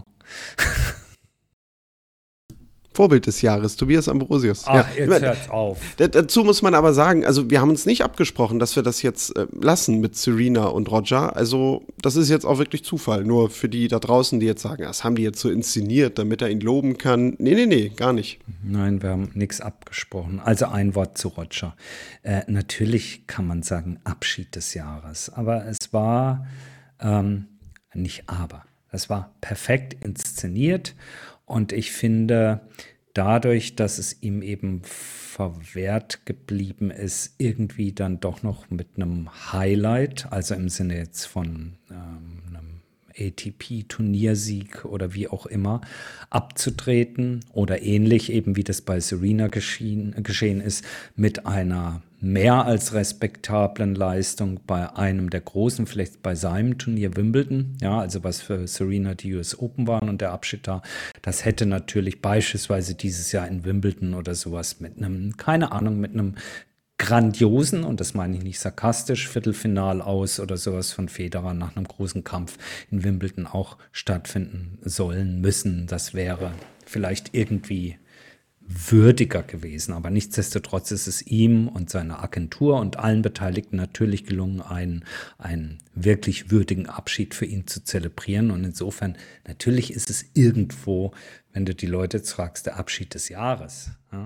Vorbild des Jahres, Tobias Ambrosius. Ach, ja. Jetzt hört's auf. D- dazu muss man aber sagen, also wir haben uns nicht abgesprochen, dass wir das jetzt äh, lassen mit Serena und Roger. Also das ist jetzt auch wirklich Zufall. Nur für die da draußen, die jetzt sagen, das haben die jetzt so inszeniert, damit er ihn loben kann. Nee, nee, nee, gar nicht. Nein, wir haben nichts abgesprochen. Also ein Wort zu Roger. Äh, natürlich kann man sagen Abschied des Jahres. Aber es war, ähm, nicht aber, es war perfekt inszeniert. Und ich finde, dadurch, dass es ihm eben verwehrt geblieben ist, irgendwie dann doch noch mit einem Highlight, also im Sinne jetzt von ähm, einem A T P-Turniersieg oder wie auch immer, abzutreten oder ähnlich eben wie das bei Serena geschehen, geschehen ist, mit einer mehr als respektablen Leistung bei einem der großen, vielleicht bei seinem Turnier Wimbledon, ja, also was für Serena die U S Open waren und der Abschied da, das hätte natürlich beispielsweise dieses Jahr in Wimbledon oder sowas mit einem, keine Ahnung, mit einem grandiosen, und das meine ich nicht sarkastisch, Viertelfinal aus oder sowas von Federer nach einem großen Kampf in Wimbledon auch stattfinden sollen müssen. Das wäre vielleicht irgendwie würdiger gewesen, aber nichtsdestotrotz ist es ihm und seiner Agentur und allen Beteiligten natürlich gelungen, einen, einen wirklich würdigen Abschied für ihn zu zelebrieren, und insofern natürlich ist es irgendwo, wenn du die Leute jetzt fragst, der Abschied des Jahres. Ja.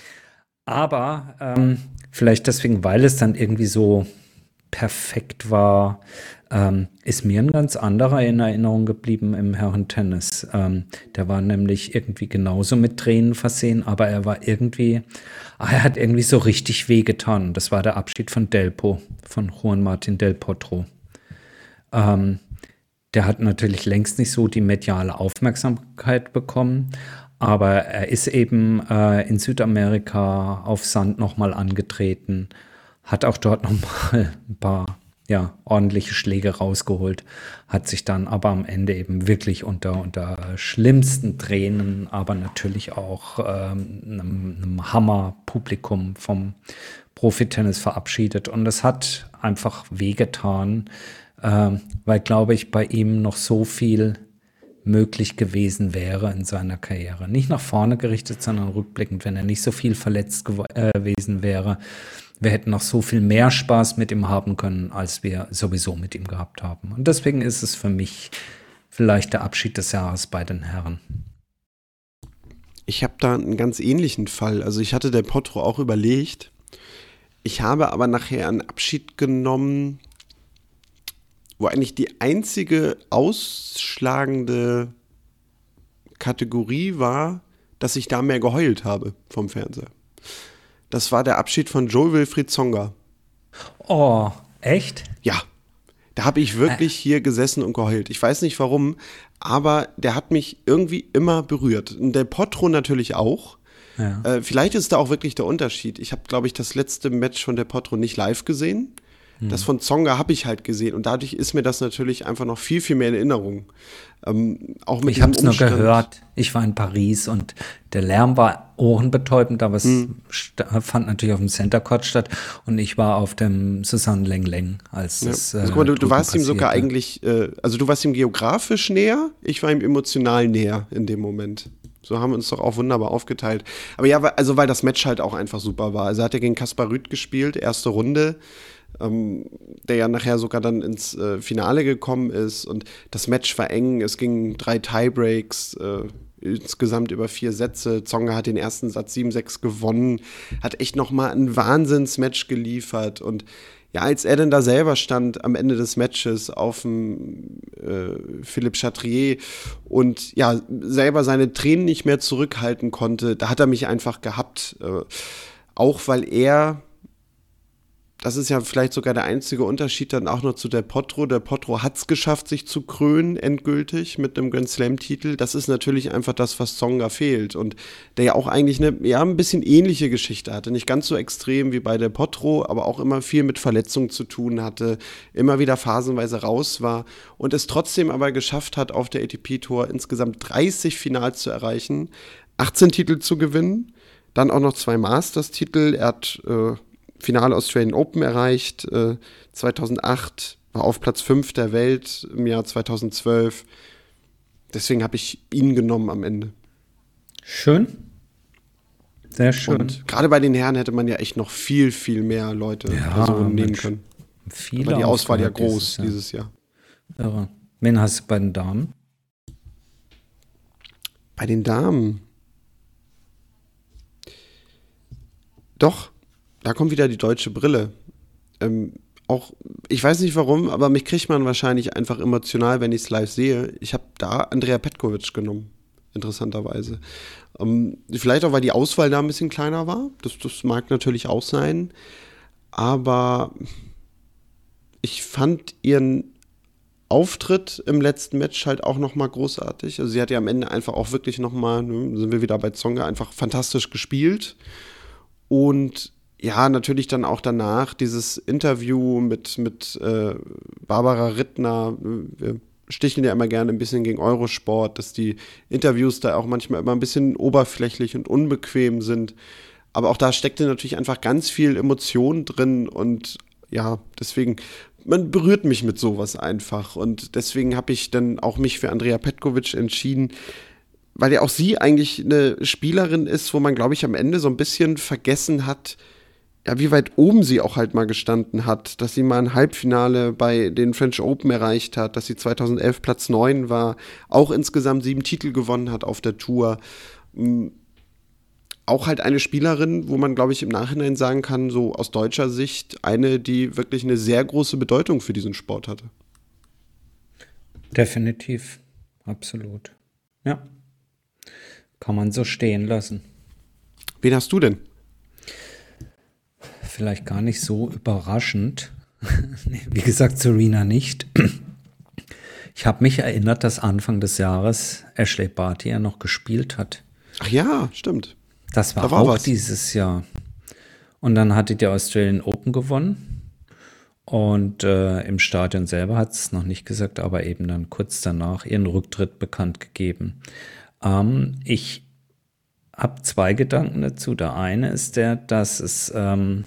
Aber ähm, vielleicht deswegen, weil es dann irgendwie so perfekt war, ähm, ist mir ein ganz anderer in Erinnerung geblieben im Herrentennis. Ähm, der war nämlich irgendwie genauso mit Tränen versehen, aber er war irgendwie, ah, er hat irgendwie so richtig wehgetan. Das war der Abschied von Delpo, von Juan Martín del Potro. Ähm, der hat natürlich längst nicht so die mediale Aufmerksamkeit bekommen, aber er ist eben äh, in Südamerika auf Sand nochmal angetreten, hat auch dort nochmal ein paar ja, ordentliche Schläge rausgeholt, hat sich dann aber am Ende eben wirklich unter, unter schlimmsten Tränen, aber natürlich auch ähm, einem, einem Hammer-Publikum vom Profitennis verabschiedet. Und es hat einfach wehgetan, ähm, weil, glaube ich, bei ihm noch so viel möglich gewesen wäre in seiner Karriere. Nicht nach vorne gerichtet, sondern rückblickend, wenn er nicht so viel verletzt gew- äh, gewesen wäre. Wir hätten noch so viel mehr Spaß mit ihm haben können, als wir sowieso mit ihm gehabt haben. Und deswegen ist es für mich vielleicht der Abschied des Jahres bei den Herren. Ich habe da einen ganz ähnlichen Fall. Also ich hatte Del Potro auch überlegt. Ich habe aber nachher einen Abschied genommen, wo eigentlich die einzige ausschlagende Kategorie war, dass ich da mehr geheult habe vom Fernseher. Das war der Abschied von Jo-Wilfried Tsonga. Oh, echt? Ja, da habe ich wirklich äh. hier gesessen und geheult. Ich weiß nicht warum, aber der hat mich irgendwie immer berührt. Und Del Potro natürlich auch. Ja. Äh, vielleicht ist da auch wirklich der Unterschied. Ich habe, glaube ich, das letzte Match von Del Potro nicht live gesehen. Hm. Das von Tsonga habe ich halt gesehen. Und dadurch ist mir das natürlich einfach noch viel, viel mehr in Erinnerung. Ähm, auch mit ich habe es nur gehört. Ich war in Paris und der Lärm war ohrenbetäubend, aber es hm. st- fand natürlich auf dem Center Court statt. Und ich war auf dem Susanne Leng Leng, als ja. es äh, also, guck mal, du, du warst passierte. ihm sogar eigentlich, äh, also du warst ihm geografisch näher, ich war ihm emotional näher in dem Moment. So haben wir uns doch auch wunderbar aufgeteilt. Aber ja, also weil das Match halt auch einfach super war. Also hat er gegen Kaspar Rüth gespielt, erste Runde, ähm, der ja nachher sogar dann ins äh, Finale gekommen ist. Und das Match war eng, es ging drei Tiebreaks, äh, insgesamt über vier Sätze. Tsonga hat den ersten Satz sieben sechs gewonnen, hat echt nochmal ein Wahnsinnsmatch geliefert. Und ja, als er denn da selber stand am Ende des Matches auf dem äh, Philippe Chatrier und ja, selber seine Tränen nicht mehr zurückhalten konnte, da hat er mich einfach gehabt. Äh, auch weil er, das ist ja vielleicht sogar der einzige Unterschied dann auch noch zu Del Potro. Del Potro hat es geschafft, sich zu krönen endgültig mit einem Grand Slam-Titel. Das ist natürlich einfach das, was Tsonga fehlt. Und der ja auch eigentlich eine, ja, ein bisschen ähnliche Geschichte hatte. Nicht ganz so extrem wie bei Del Potro, aber auch immer viel mit Verletzungen zu tun hatte. Immer wieder phasenweise raus war. Und es trotzdem aber geschafft hat, auf der A T P-Tour insgesamt dreißig Finals zu erreichen, achtzehn Titel zu gewinnen, dann auch noch zwei Masters-Titel. Er hat äh, Finale Australian Open erreicht, äh, zweitausendacht, war auf Platz fünf der Welt im Jahr zweitausendzwölf. Deswegen habe ich ihn genommen am Ende. Schön. Sehr schön. Und gerade bei den Herren hätte man ja echt noch viel, viel mehr Leute, ja, Personen nehmen Mensch, können. Viele Aber die Auswahl ja groß dieses Jahr. dieses Jahr. Irre. Wen hast du bei den Damen? Bei den Damen? Doch. Da kommt wieder die deutsche Brille. Ähm, auch, ich weiß nicht warum, aber mich kriegt man wahrscheinlich einfach emotional, wenn ich es live sehe. Ich habe da Andrea Petkovic genommen, interessanterweise. Ähm, vielleicht auch, weil die Auswahl da ein bisschen kleiner war. Das, das mag natürlich auch sein. Aber ich fand ihren Auftritt im letzten Match halt auch nochmal großartig. Also sie hat ja am Ende einfach auch wirklich nochmal, ne, sind wir wieder bei Tsonga, einfach fantastisch gespielt. Und ja, natürlich dann auch danach dieses Interview mit, mit äh, Barbara Rittner. Wir sticheln ja immer gerne ein bisschen gegen Eurosport, dass die Interviews da auch manchmal immer ein bisschen oberflächlich und unbequem sind. Aber auch da steckte natürlich einfach ganz viel Emotion drin und ja, deswegen, man berührt mich mit sowas einfach. Und deswegen habe ich dann auch mich für Andrea Petkovic entschieden, weil ja auch sie eigentlich eine Spielerin ist, wo man, glaube ich, am Ende so ein bisschen vergessen hat, ja, wie weit oben sie auch halt mal gestanden hat, dass sie mal ein Halbfinale bei den French Open erreicht hat, dass sie zweitausendelf Platz neun war, auch insgesamt sieben Titel gewonnen hat auf der Tour. Auch halt eine Spielerin, wo man, glaube ich, im Nachhinein sagen kann, so aus deutscher Sicht, eine, die wirklich eine sehr große Bedeutung für diesen Sport hatte. Definitiv, absolut. Ja, kann man so stehen lassen. Wen hast du denn? Vielleicht gar nicht so überraschend. Wie gesagt, Serena nicht. Ich habe mich erinnert, dass Anfang des Jahres Ashley Barty ja noch gespielt hat. Ach ja, stimmt. Das war, da war auch was. dieses Jahr. Und dann hatte die Australian Open gewonnen. Und äh, im Stadion selber hat es noch nicht gesagt, aber eben dann kurz danach ihren Rücktritt bekannt gegeben. Ähm, ich habe zwei Gedanken dazu. Der eine ist der, dass es, ähm,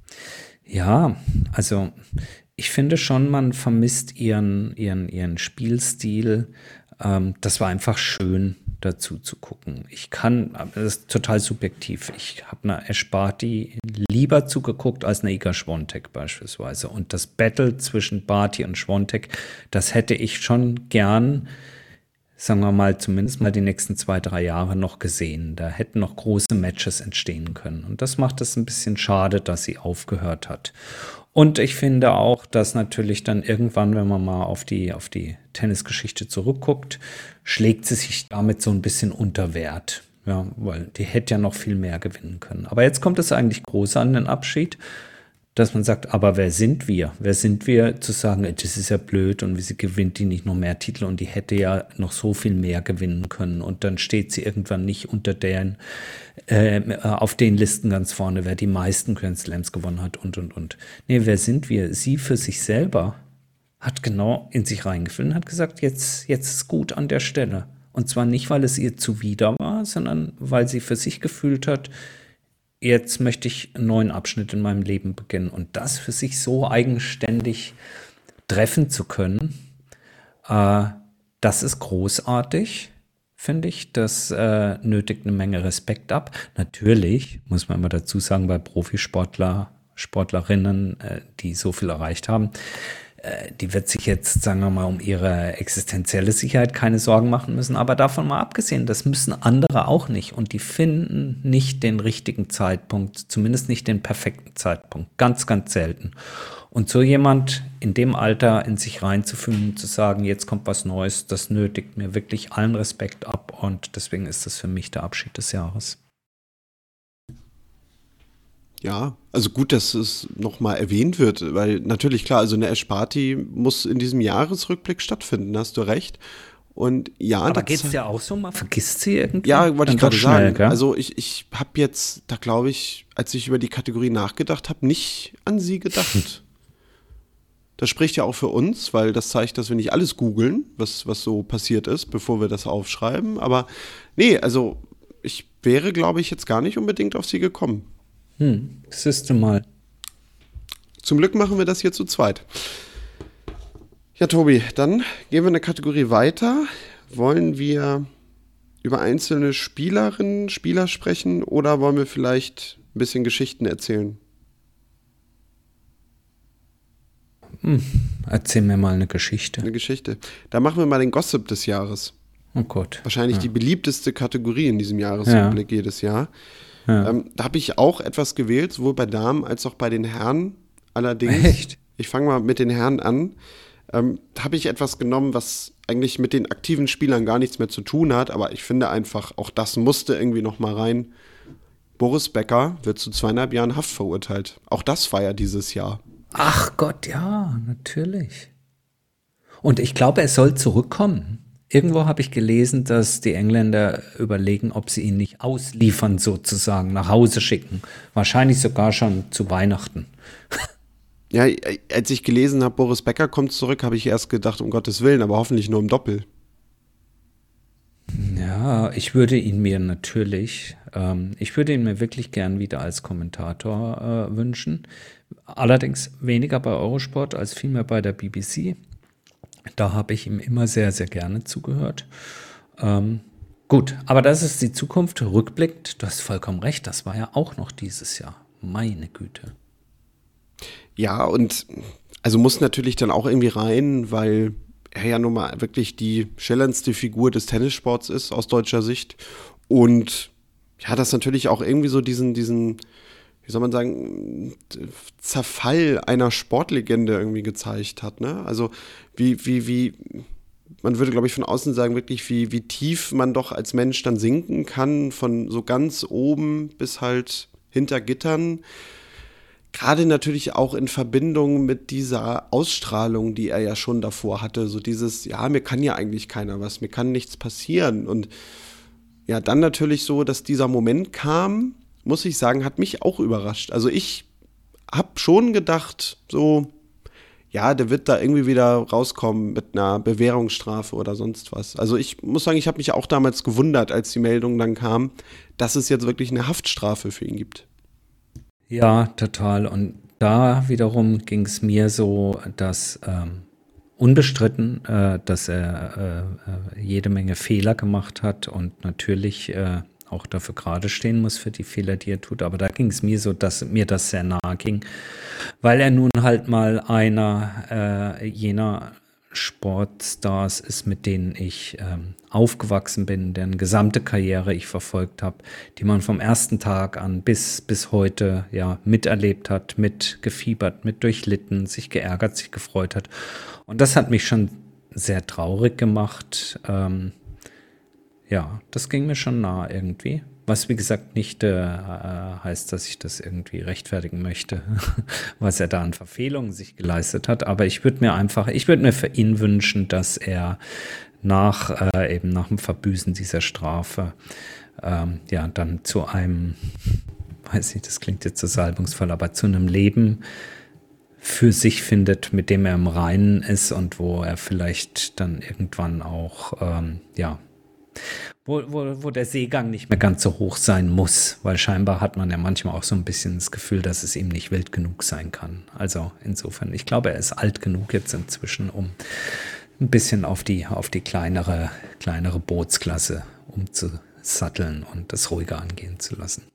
ja, also ich finde schon, man vermisst ihren, ihren, ihren Spielstil. Ähm, das war einfach schön, dazu zu gucken. Ich kann, das ist total subjektiv, ich habe einer Ash Barty lieber zugeguckt als einer Iga Swiatek beispielsweise. Und das Battle zwischen Barty und Swiatek, das hätte ich schon gern, sagen wir mal, zumindest mal die nächsten zwei, drei Jahre noch gesehen. Da hätten noch große Matches entstehen können. Und das macht es ein bisschen schade, dass sie aufgehört hat. Und ich finde auch, dass natürlich dann irgendwann, wenn man mal auf die, auf die Tennisgeschichte zurückguckt, schlägt sie sich damit so ein bisschen unter Wert. Ja, weil die hätte ja noch viel mehr gewinnen können. Aber jetzt kommt es eigentlich groß an den Abschied, dass man sagt, aber wer sind wir? Wer sind wir zu sagen, das ist ja blöd und wieso gewinnt die nicht noch mehr Titel und die hätte ja noch so viel mehr gewinnen können und dann steht sie irgendwann nicht unter deren, äh, auf den Listen ganz vorne, wer die meisten Grand Slams gewonnen hat und, und, und. Nee, wer sind wir? Sie für sich selber hat genau in sich reingefühlt und hat gesagt, jetzt, jetzt ist gut an der Stelle. Und zwar nicht, weil es ihr zuwider war, sondern weil sie für sich gefühlt hat, jetzt möchte ich einen neuen Abschnitt in meinem Leben beginnen. Und das für sich so eigenständig treffen zu können, äh, das ist großartig, finde ich. Das äh, nötigt eine Menge Respekt ab. Natürlich, muss man immer dazu sagen, bei Profisportler, Sportlerinnen, äh, die so viel erreicht haben, äh, die wird sich jetzt, sagen wir mal, um ihre existenzielle Sicherheit keine Sorgen machen müssen. Aber davon mal abgesehen, das müssen andere auch nicht. Und die finden nicht den richtigen Zeitpunkt, zumindest nicht den perfekten Zeitpunkt. Ganz, ganz selten. Und so jemand in dem Alter in sich reinzufühlen, zu sagen, jetzt kommt was Neues, das nötigt mir wirklich allen Respekt ab. Und deswegen ist das für mich der Abschied des Jahres. Ja, also gut, dass es nochmal erwähnt wird, weil natürlich, klar, also eine Ash Barty muss in diesem Jahresrückblick stattfinden, hast du recht. Und ja, aber geht's dir auch so? Man vergisst sie irgendwie? Ja, wollte ich gerade sagen. Gell? Also ich, ich habe jetzt, da glaube ich, als ich über die Kategorie nachgedacht habe, nicht an sie gedacht. Das spricht ja auch für uns, weil das zeigt, dass wir nicht alles googeln, was, was so passiert ist, bevor wir das aufschreiben. Aber nee, also ich wäre, glaube ich, jetzt gar nicht unbedingt auf sie gekommen. Hm, siehst du mal. Zum Glück machen wir das hier zu zweit. Ja, Tobi, dann gehen wir eine Kategorie weiter. Wollen wir über einzelne Spielerinnen, Spieler sprechen oder wollen wir vielleicht ein bisschen Geschichten erzählen? Hm, erzähl mir mal eine Geschichte. Eine Geschichte. Da machen wir mal den Gossip des Jahres. Oh Gott. Wahrscheinlich ja. die beliebteste Kategorie in diesem Jahresrückblick ja. jedes Jahr. Ja. Ähm, da habe ich auch etwas gewählt, sowohl bei Damen als auch bei den Herren. Allerdings, Echt? Ich fange mal mit den Herren an. Ähm, da habe ich etwas genommen, was eigentlich mit den aktiven Spielern gar nichts mehr zu tun hat, aber ich finde einfach, auch das musste irgendwie noch mal rein. Boris Becker wird zu zweieinhalb Jahren Haft verurteilt. Auch das war ja dieses Jahr. Ach Gott, ja, natürlich. Und ich glaube, er soll zurückkommen. Irgendwo habe ich gelesen, dass die Engländer überlegen, ob sie ihn nicht ausliefern, sozusagen, nach Hause schicken. Wahrscheinlich sogar schon zu Weihnachten. Ja, als ich gelesen habe, Boris Becker kommt zurück, habe ich erst gedacht, um Gottes Willen, aber hoffentlich nur im Doppel. Ja, ich würde ihn mir natürlich, ähm, ich würde ihn mir wirklich gern wieder als Kommentator äh, wünschen. Allerdings weniger bei Eurosport als vielmehr bei der B B C. Da habe ich ihm immer sehr, sehr gerne zugehört. Ähm, gut, aber das ist die Zukunft. Rückblickend, du hast vollkommen recht, das war ja auch noch dieses Jahr. Meine Güte. Ja, und also muss natürlich dann auch irgendwie rein, weil er ja nun mal wirklich die schillerndste Figur des Tennissports ist aus deutscher Sicht. Und ja, das natürlich auch irgendwie so diesen, diesen, wie soll man sagen, Zerfall einer Sportlegende irgendwie gezeigt hat, ne? Also wie, wie, wie, man würde, glaube ich, von außen sagen, wirklich, wie, wie tief man doch als Mensch dann sinken kann, von so ganz oben bis halt hinter Gittern. Gerade natürlich auch in Verbindung mit dieser Ausstrahlung, die er ja schon davor hatte, so dieses, ja, mir kann ja eigentlich keiner was, mir kann nichts passieren. Und ja, dann natürlich so, dass dieser Moment kam, muss ich sagen, hat mich auch überrascht. Also ich habe schon gedacht, so, ja, der wird da irgendwie wieder rauskommen mit einer Bewährungsstrafe oder sonst was. Also ich muss sagen, ich habe mich auch damals gewundert, als die Meldung dann kam, dass es jetzt wirklich eine Haftstrafe für ihn gibt. Ja, total. Und da wiederum ging es mir so, dass ähm, unbestritten, äh, dass er äh, jede Menge Fehler gemacht hat und natürlich äh, auch dafür gerade stehen muss für die Fehler, die er tut. Aber da ging es mir so, dass mir das sehr nahe ging, weil er nun halt mal einer äh, jener Sportstars ist, mit denen ich ähm, aufgewachsen bin, deren gesamte Karriere ich verfolgt habe, die man vom ersten Tag an bis, bis heute ja miterlebt hat, mitgefiebert, mit durchlitten, sich geärgert, sich gefreut hat. Und das hat mich schon sehr traurig gemacht. Ähm, ja, das ging mir schon nah irgendwie. Was, wie gesagt, nicht äh, heißt, dass ich das irgendwie rechtfertigen möchte, was er da an Verfehlungen sich geleistet hat. Aber ich würde mir einfach, ich würde mir für ihn wünschen, dass er nach äh, eben nach dem Verbüßen dieser Strafe ähm, ja dann zu einem, weiß nicht, das klingt jetzt so salbungsvoll, aber zu einem Leben für sich findet, mit dem er im Reinen ist und wo er vielleicht dann irgendwann auch ähm, ja Wo, wo, wo der Seegang nicht mehr ganz so hoch sein muss, weil scheinbar hat man ja manchmal auch so ein bisschen das Gefühl, dass es ihm nicht wild genug sein kann. Also insofern, ich glaube, er ist alt genug jetzt inzwischen, um ein bisschen auf die, auf die kleinere, kleinere Bootsklasse umzusatteln und das ruhiger angehen zu lassen.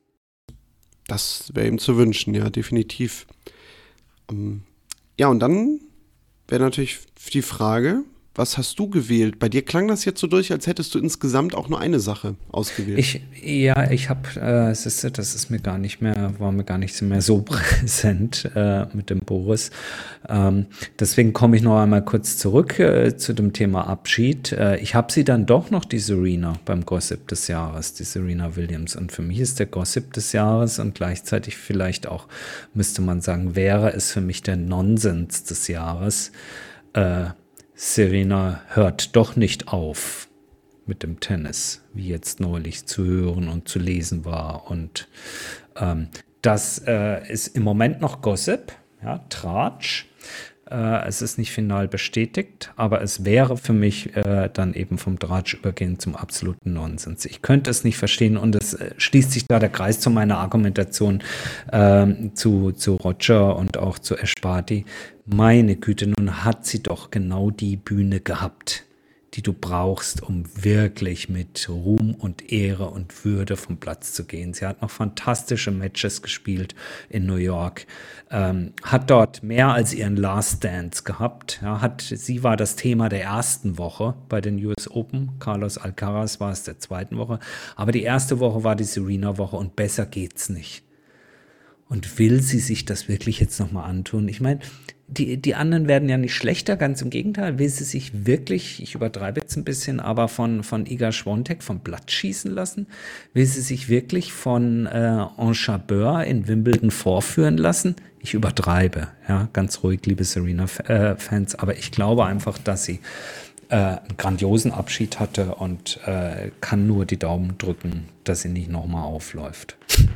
Das wäre ihm zu wünschen, ja, definitiv. Um, ja, und dann wäre natürlich die Frage, was hast du gewählt? Bei dir klang das jetzt so durch, als hättest du insgesamt auch nur eine Sache ausgewählt. Ich, ja, ich habe, äh, das ist mir gar nicht mehr, war mir gar nicht mehr so präsent äh, mit dem Boris. Ähm, deswegen komme ich noch einmal kurz zurück äh, zu dem Thema Abschied. Äh, ich habe sie dann doch noch, die Serena, beim Gossip des Jahres, die Serena Williams. Und für mich ist der Gossip des Jahres und gleichzeitig vielleicht auch, müsste man sagen, wäre es für mich der Nonsens des Jahres. Äh, Serena hört doch nicht auf mit dem Tennis, wie jetzt neulich zu hören und zu lesen war. Und ähm, das äh, ist im Moment noch Gossip, ja, Tratsch. Äh, es ist nicht final bestätigt, aber es wäre für mich äh, dann eben vom Tratsch übergehend zum absoluten Nonsens. Ich könnte es nicht verstehen und es äh, schließt sich da der Kreis zu meiner Argumentation äh, zu, zu Roger und auch zu Ash Barty. Meine Güte, nun hat sie doch genau die Bühne gehabt, die du brauchst, um wirklich mit Ruhm und Ehre und Würde vom Platz zu gehen. Sie hat noch fantastische Matches gespielt in New York, ähm, hat dort mehr als ihren Last Dance gehabt. Ja, hat, sie war das Thema der ersten Woche bei den U S Open. Carlos Alcaraz war es der zweiten Woche. Aber die erste Woche war die Serena-Woche und besser geht's nicht. Und will sie sich das wirklich jetzt nochmal antun? Ich meine, die, die anderen werden ja nicht schlechter, ganz im Gegenteil. Will sie sich wirklich, ich übertreibe jetzt ein bisschen, aber von, von Iga Swiatek vom Blatt schießen lassen? Will sie sich wirklich von äh, Ons Jabeur in Wimbledon vorführen lassen? Ich übertreibe, ja, ganz ruhig, liebe Serena-Fans, aber ich glaube einfach, dass sie äh, einen grandiosen Abschied hatte und äh, kann nur die Daumen drücken, dass sie nicht nochmal aufläuft.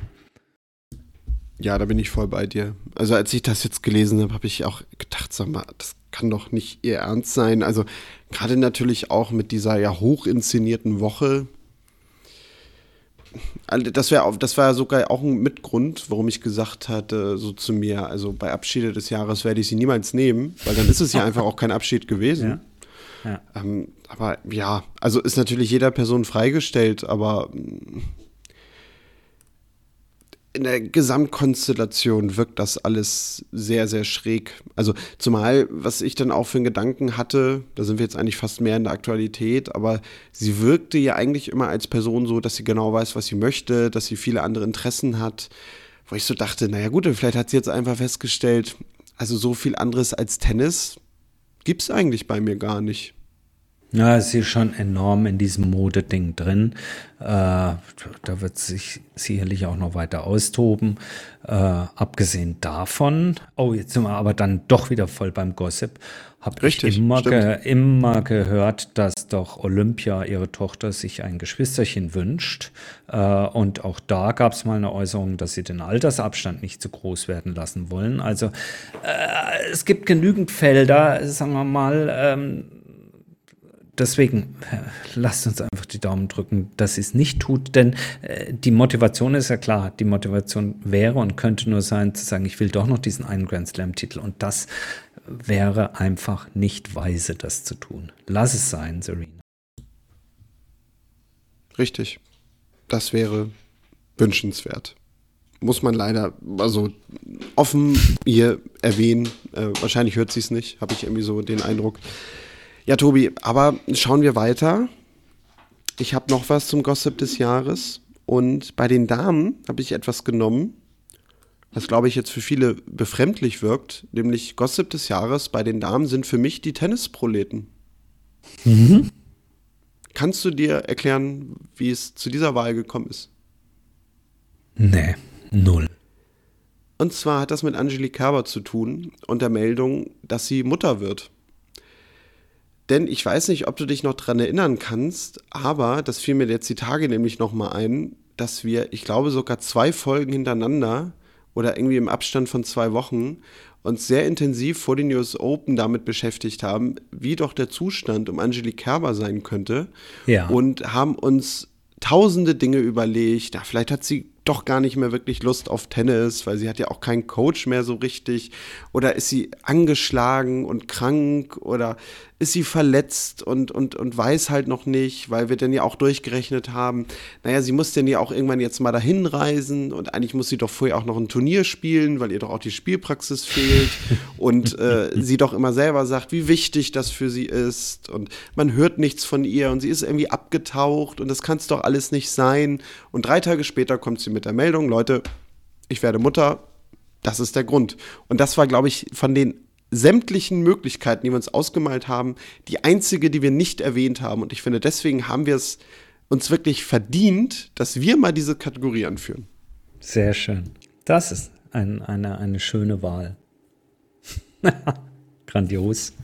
Ja, da bin ich voll bei dir. Also als ich das jetzt gelesen habe, habe ich auch gedacht, sag mal, das kann doch nicht ihr Ernst sein. Also gerade natürlich auch mit dieser ja hoch inszenierten Woche. Das wäre das war sogar auch ein Mitgrund, warum ich gesagt hatte, so zu mir, also bei Abschiede des Jahres werde ich sie niemals nehmen, weil dann ist es ja einfach auch kein Abschied gewesen. Ja. Ja. Ähm, aber ja, also ist natürlich jeder Person freigestellt, aber in der Gesamtkonstellation wirkt das alles sehr, sehr schräg. Also zumal, was ich dann auch für einen Gedanken hatte, da sind wir jetzt eigentlich fast mehr in der Aktualität, aber sie wirkte ja eigentlich immer als Person so, dass sie genau weiß, was sie möchte, dass sie viele andere Interessen hat, wo ich so dachte, naja gut, vielleicht hat sie jetzt einfach festgestellt, also so viel anderes als Tennis gibt's eigentlich bei mir gar nicht. Ja, sie ist schon enorm in diesem Modeding drin. Äh, da wird sich sicherlich auch noch weiter austoben. Äh, abgesehen davon, oh, jetzt sind wir aber dann doch wieder voll beim Gossip. Habe ich immer, ge, immer gehört, dass doch Olympia, ihre Tochter, sich ein Geschwisterchen wünscht. Äh, und auch da gab es mal eine Äußerung, dass sie den Altersabstand nicht zu groß werden lassen wollen. Also äh, es gibt genügend Felder, sagen wir mal, ähm, deswegen äh, lasst uns einfach die Daumen drücken, dass sie es nicht tut, denn äh, die Motivation ist ja klar. Die Motivation wäre und könnte nur sein, zu sagen, ich will doch noch diesen einen Grand Slam-Titel, und das wäre einfach nicht weise, das zu tun. Lass es sein, Serena. Richtig. Das wäre wünschenswert. Muss man leider also offen hier erwähnen. Äh, wahrscheinlich hört sie es nicht, habe ich irgendwie so den Eindruck. Ja, Tobi, aber schauen wir weiter. Ich habe noch was zum Gossip des Jahres. Und bei den Damen habe ich etwas genommen, was, glaube ich, jetzt für viele befremdlich wirkt. Nämlich Gossip des Jahres bei den Damen sind für mich die Tennisproleten. Mhm. Kannst du dir erklären, wie es zu dieser Wahl gekommen ist? Nee, null. Und zwar hat das mit Angelique Kerber zu tun und der Meldung, dass sie Mutter wird. Denn ich weiß nicht, ob du dich noch dran erinnern kannst, aber das fiel mir jetzt die Tage nämlich nochmal ein, dass wir, ich glaube, sogar zwei Folgen hintereinander oder irgendwie im Abstand von zwei Wochen uns sehr intensiv vor den U S Open damit beschäftigt haben, wie doch der Zustand um Angelique Kerber sein könnte. Ja. Und haben uns tausende Dinge überlegt. Ja, vielleicht hat sie doch gar nicht mehr wirklich Lust auf Tennis, weil sie hat ja auch keinen Coach mehr so richtig. Oder ist sie angeschlagen und krank oder ist sie verletzt und, und, und weiß halt noch nicht, weil wir dann ja auch durchgerechnet haben, naja, sie muss denn ja auch irgendwann jetzt mal dahin reisen und eigentlich muss sie doch vorher auch noch ein Turnier spielen, weil ihr doch auch die Spielpraxis fehlt und äh, sie doch immer selber sagt, wie wichtig das für sie ist und man hört nichts von ihr und sie ist irgendwie abgetaucht und das kann es doch alles nicht sein. Und drei Tage später kommt sie mit der Meldung, Leute, ich werde Mutter, das ist der Grund. Und das war, glaube ich, von den sämtlichen Möglichkeiten, die wir uns ausgemalt haben, die einzige, die wir nicht erwähnt haben. Und ich finde, deswegen haben wir es uns wirklich verdient, dass wir mal diese Kategorie anführen. Sehr schön. Das ist ein, eine, eine schöne Wahl. Grandios.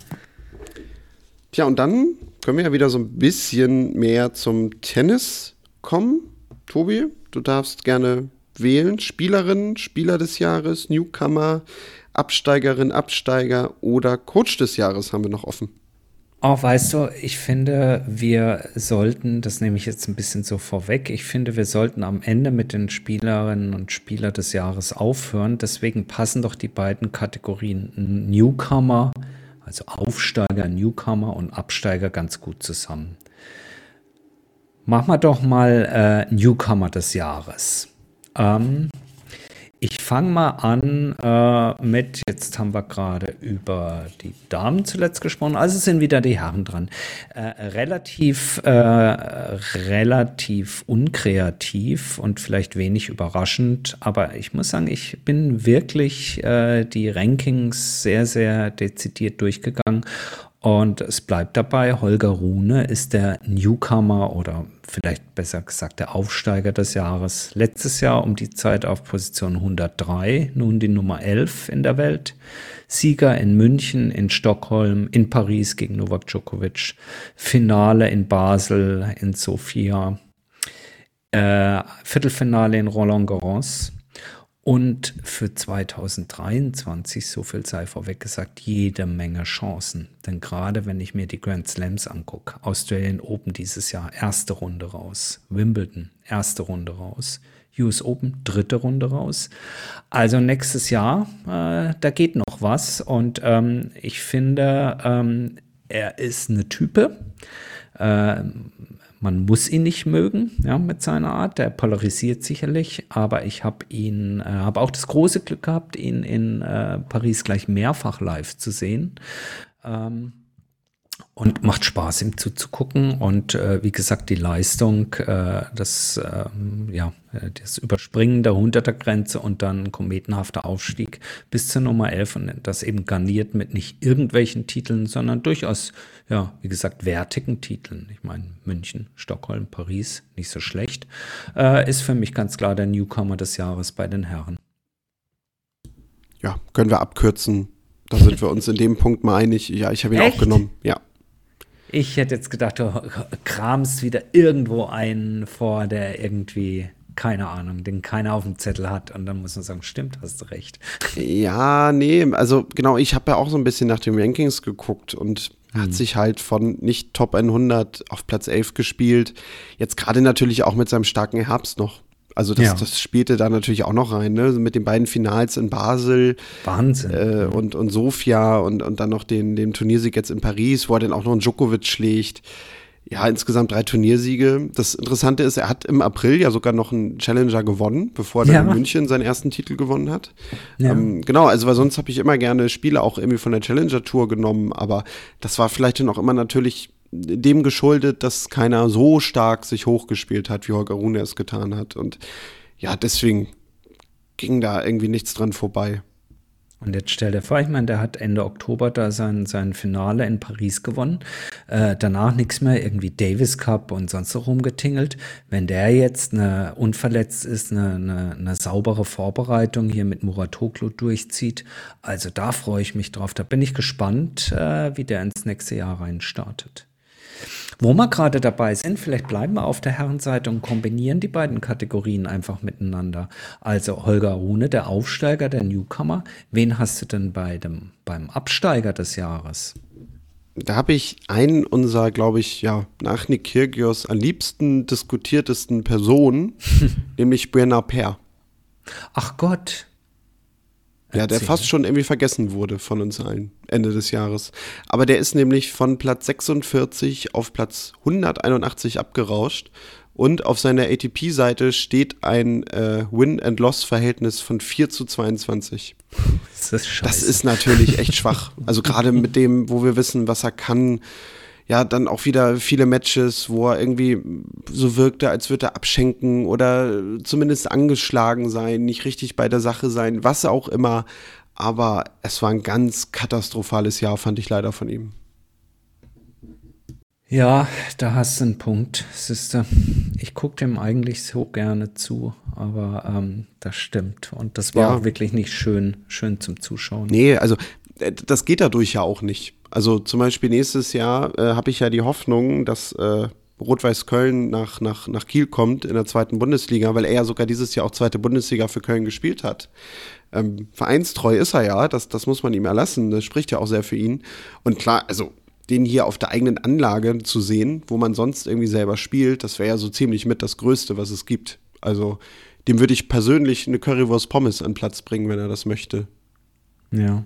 Tja, und dann können wir ja wieder so ein bisschen mehr zum Tennis kommen. Tobi, du darfst gerne wählen. Spielerin, Spieler des Jahres, Newcomer, Absteigerin, Absteiger oder Coach des Jahres haben wir noch offen. Oh, weißt du, ich finde, wir sollten, das nehme ich jetzt ein bisschen so vorweg, ich finde, wir sollten am Ende mit den Spielerinnen und Spieler des Jahres aufhören. Deswegen passen doch die beiden Kategorien Newcomer, also Aufsteiger, Newcomer und Absteiger ganz gut zusammen. Machen wir doch mal äh, Newcomer des Jahres. Ähm, Ich fange mal an äh, mit, jetzt haben wir gerade über die Damen zuletzt gesprochen, also sind wieder die Herren dran. Äh, relativ, äh, relativ unkreativ und vielleicht wenig überraschend, aber ich muss sagen, ich bin wirklich äh, die Rankings sehr, sehr dezidiert durchgegangen. Und es bleibt dabei, Holger Rune ist der Newcomer oder vielleicht besser gesagt der Aufsteiger des Jahres. Letztes Jahr um die Zeit auf Position hundertdrei, nun die Nummer elf in der Welt. Sieger in München, in Stockholm, in Paris gegen Novak Djokovic, Finale in Basel, in Sofia, äh, Viertelfinale in Roland Garros. Und für zwanzig dreiundzwanzig, so viel sei vorweg gesagt, jede Menge Chancen. Denn gerade wenn ich mir die Grand Slams angucke, Australian Open dieses Jahr, erste Runde raus, Wimbledon, erste Runde raus, U S Open, dritte Runde raus. Also nächstes Jahr, äh, da geht noch was. Und ähm, ich finde, ähm, er ist eine Type. Äh, Man muss ihn nicht mögen, ja, mit seiner Art. Der polarisiert sicherlich, aber ich habe ihn, äh, habe auch das große Glück gehabt, ihn in äh, Paris gleich mehrfach live zu sehen. Ähm, Und macht Spaß, ihm zuzugucken. Und äh, wie gesagt, die Leistung, äh, das, ähm, ja, das Überspringen der hunderter-Grenze und dann kometenhafter Aufstieg bis zur Nummer elf und das eben garniert mit nicht irgendwelchen Titeln, sondern durchaus, ja, wie gesagt, wertigen Titeln. Ich meine, München, Stockholm, Paris, nicht so schlecht, äh, ist für mich ganz klar der Newcomer des Jahres bei den Herren. Ja, können wir abkürzen. Da sind wir uns in dem Punkt mal einig. Ja, ich habe ihn Echt? auch genommen, ja. Ich hätte jetzt gedacht, du kramst wieder irgendwo einen vor, der irgendwie, keine Ahnung, den keiner auf dem Zettel hat. Und dann muss man sagen, stimmt, hast du recht. Ja, nee, also genau, ich habe ja auch so ein bisschen nach den Rankings geguckt und hm. hat sich halt von nicht Top hundert auf Platz elf gespielt. Jetzt gerade natürlich auch mit seinem starken Herbst noch. Also das, Ja. das spielte da natürlich auch noch rein, ne? Mit den beiden Finals in Basel Wahnsinn. äh, und, und Sofia und, und dann noch den, den Turniersieg jetzt in Paris, wo er dann auch noch einen Djokovic schlägt. Ja, insgesamt drei Turniersiege. Das Interessante ist, er hat im April ja sogar noch einen Challenger gewonnen, bevor er Ja. in München seinen ersten Titel gewonnen hat. Ja. Ähm, genau, also weil sonst habe ich immer gerne Spiele auch irgendwie von der Challenger Tour genommen, aber das war vielleicht dann auch immer natürlich dem geschuldet, dass keiner so stark sich hochgespielt hat, wie Holger Rune es getan hat. Und ja, deswegen ging da irgendwie nichts dran vorbei. Und jetzt stell dir vor, ich meine, der hat Ende Oktober da sein, sein Finale in Paris gewonnen. Äh, danach nichts mehr, irgendwie Davis Cup und sonst so rumgetingelt. Wenn der jetzt eine, unverletzt ist, eine, eine, eine saubere Vorbereitung hier mit Muratoglu durchzieht, also da freue ich mich drauf. Da bin ich gespannt, äh, wie der ins nächste Jahr rein startet. Wo wir gerade dabei sind, vielleicht bleiben wir auf der Herrenseite und kombinieren die beiden Kategorien einfach miteinander. Also Holger Rune, der Aufsteiger, der Newcomer. Wen hast du denn bei dem, beim Absteiger des Jahres? Da habe ich einen unserer, glaube ich, ja, nach Nick Kyrgios am liebsten diskutiertesten Personen, nämlich Bernard Paire. Ach Gott. Ja, der Erzähl. fast schon irgendwie vergessen wurde von uns allen Ende des Jahres. Aber der ist nämlich von Platz sechsundvierzig auf Platz hunderteinundachtzig abgerauscht und auf seiner A T P-Seite steht ein äh, Win-and-Loss-Verhältnis von vier zu zweiundzwanzig. Das ist scheiße. Das ist natürlich echt schwach. Also gerade mit dem, wo wir wissen, was er kann. Ja, dann auch wieder viele Matches, wo er irgendwie so wirkte, als würde er abschenken oder zumindest angeschlagen sein, nicht richtig bei der Sache sein, was auch immer. Aber es war ein ganz katastrophales Jahr, fand ich leider von ihm. Ja, da hast du einen Punkt, siehste. Ich gucke dem eigentlich so gerne zu, aber ähm, das stimmt. Und das war Ja. auch wirklich nicht schön, schön zum Zuschauen. Nee, also äh, das geht dadurch ja auch nicht. Also zum Beispiel nächstes Jahr äh, habe ich ja die Hoffnung, dass äh, Rot-Weiß Köln nach, nach, nach Kiel kommt in der zweiten Bundesliga, weil er ja sogar dieses Jahr auch zweite Bundesliga für Köln gespielt hat. Ähm, vereinstreu ist er ja, das, das muss man ihm erlassen, das spricht ja auch sehr für ihn. Und klar, also den hier auf der eigenen Anlage zu sehen, wo man sonst irgendwie selber spielt, das wäre ja so ziemlich mit das Größte, was es gibt. Also dem würde ich persönlich eine Currywurst Pommes an Platz bringen, wenn er das möchte. Ja.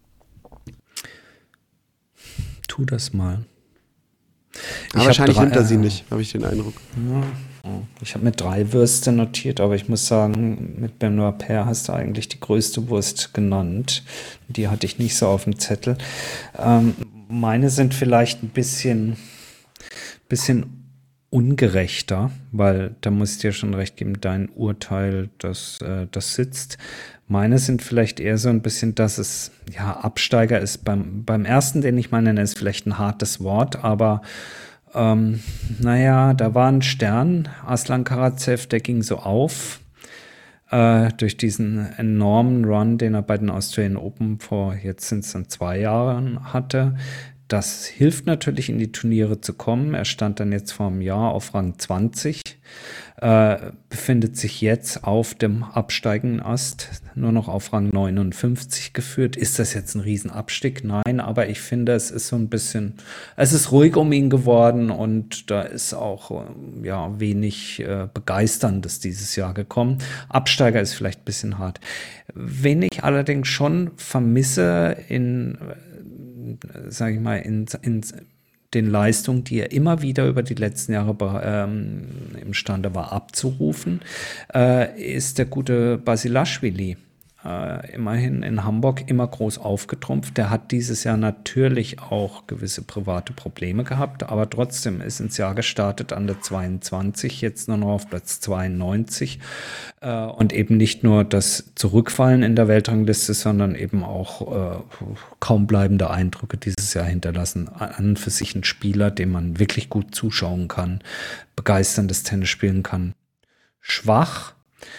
Tu das mal. Aber Ich wahrscheinlich hab drei- nimmt er sie äh, nicht, habe ich den Eindruck. Ich habe mir drei Würste notiert, aber ich muss sagen, mit Benoit Paire hast du eigentlich die größte Wurst genannt. Die hatte ich nicht so auf dem Zettel. Ähm, meine sind vielleicht ein bisschen, bisschen ungerechter, weil da muss ich dir schon recht geben, dein Urteil, das, äh, das sitzt. Meine sind vielleicht eher so ein bisschen, dass es, ja, Absteiger ist. Beim, beim ersten, den ich mal nenne, ist vielleicht ein hartes Wort, aber ähm, naja, da war ein Stern, Aslan Karatsev, der ging so auf äh, durch diesen enormen Run, den er bei den Australian Open vor, jetzt sind es dann zwei Jahren hatte. Das hilft natürlich, in die Turniere zu kommen. Er stand dann jetzt vor einem Jahr auf Rang zwanzig, äh, befindet sich jetzt auf dem absteigenden Ast, nur noch auf Rang neunundfünfzig geführt. Ist das jetzt ein Riesenabstieg? Nein, aber ich finde, es ist so ein bisschen, es ist ruhig um ihn geworden und da ist auch äh, ja, wenig äh, Begeisterndes dieses Jahr gekommen. Absteiger ist vielleicht ein bisschen hart. Wen ich allerdings schon vermisse in sage ich mal, in, in den Leistungen, die er immer wieder über die letzten Jahre ähm, imstande war abzurufen, äh, ist der gute Basilashvili. äh, immerhin in Hamburg immer groß aufgetrumpft. Der hat dieses Jahr natürlich auch gewisse private Probleme gehabt, aber trotzdem ist ins Jahr gestartet an der zweiundzwanzig, jetzt nur noch auf Platz zweiundneunzig äh, und eben nicht nur das Zurückfallen in der Weltrangliste, sondern eben auch äh, kaum bleibende Eindrücke dieses Jahr hinterlassen. An und für sich ein Spieler, dem man wirklich gut zuschauen kann, begeisterndes Tennis spielen kann. Schwach.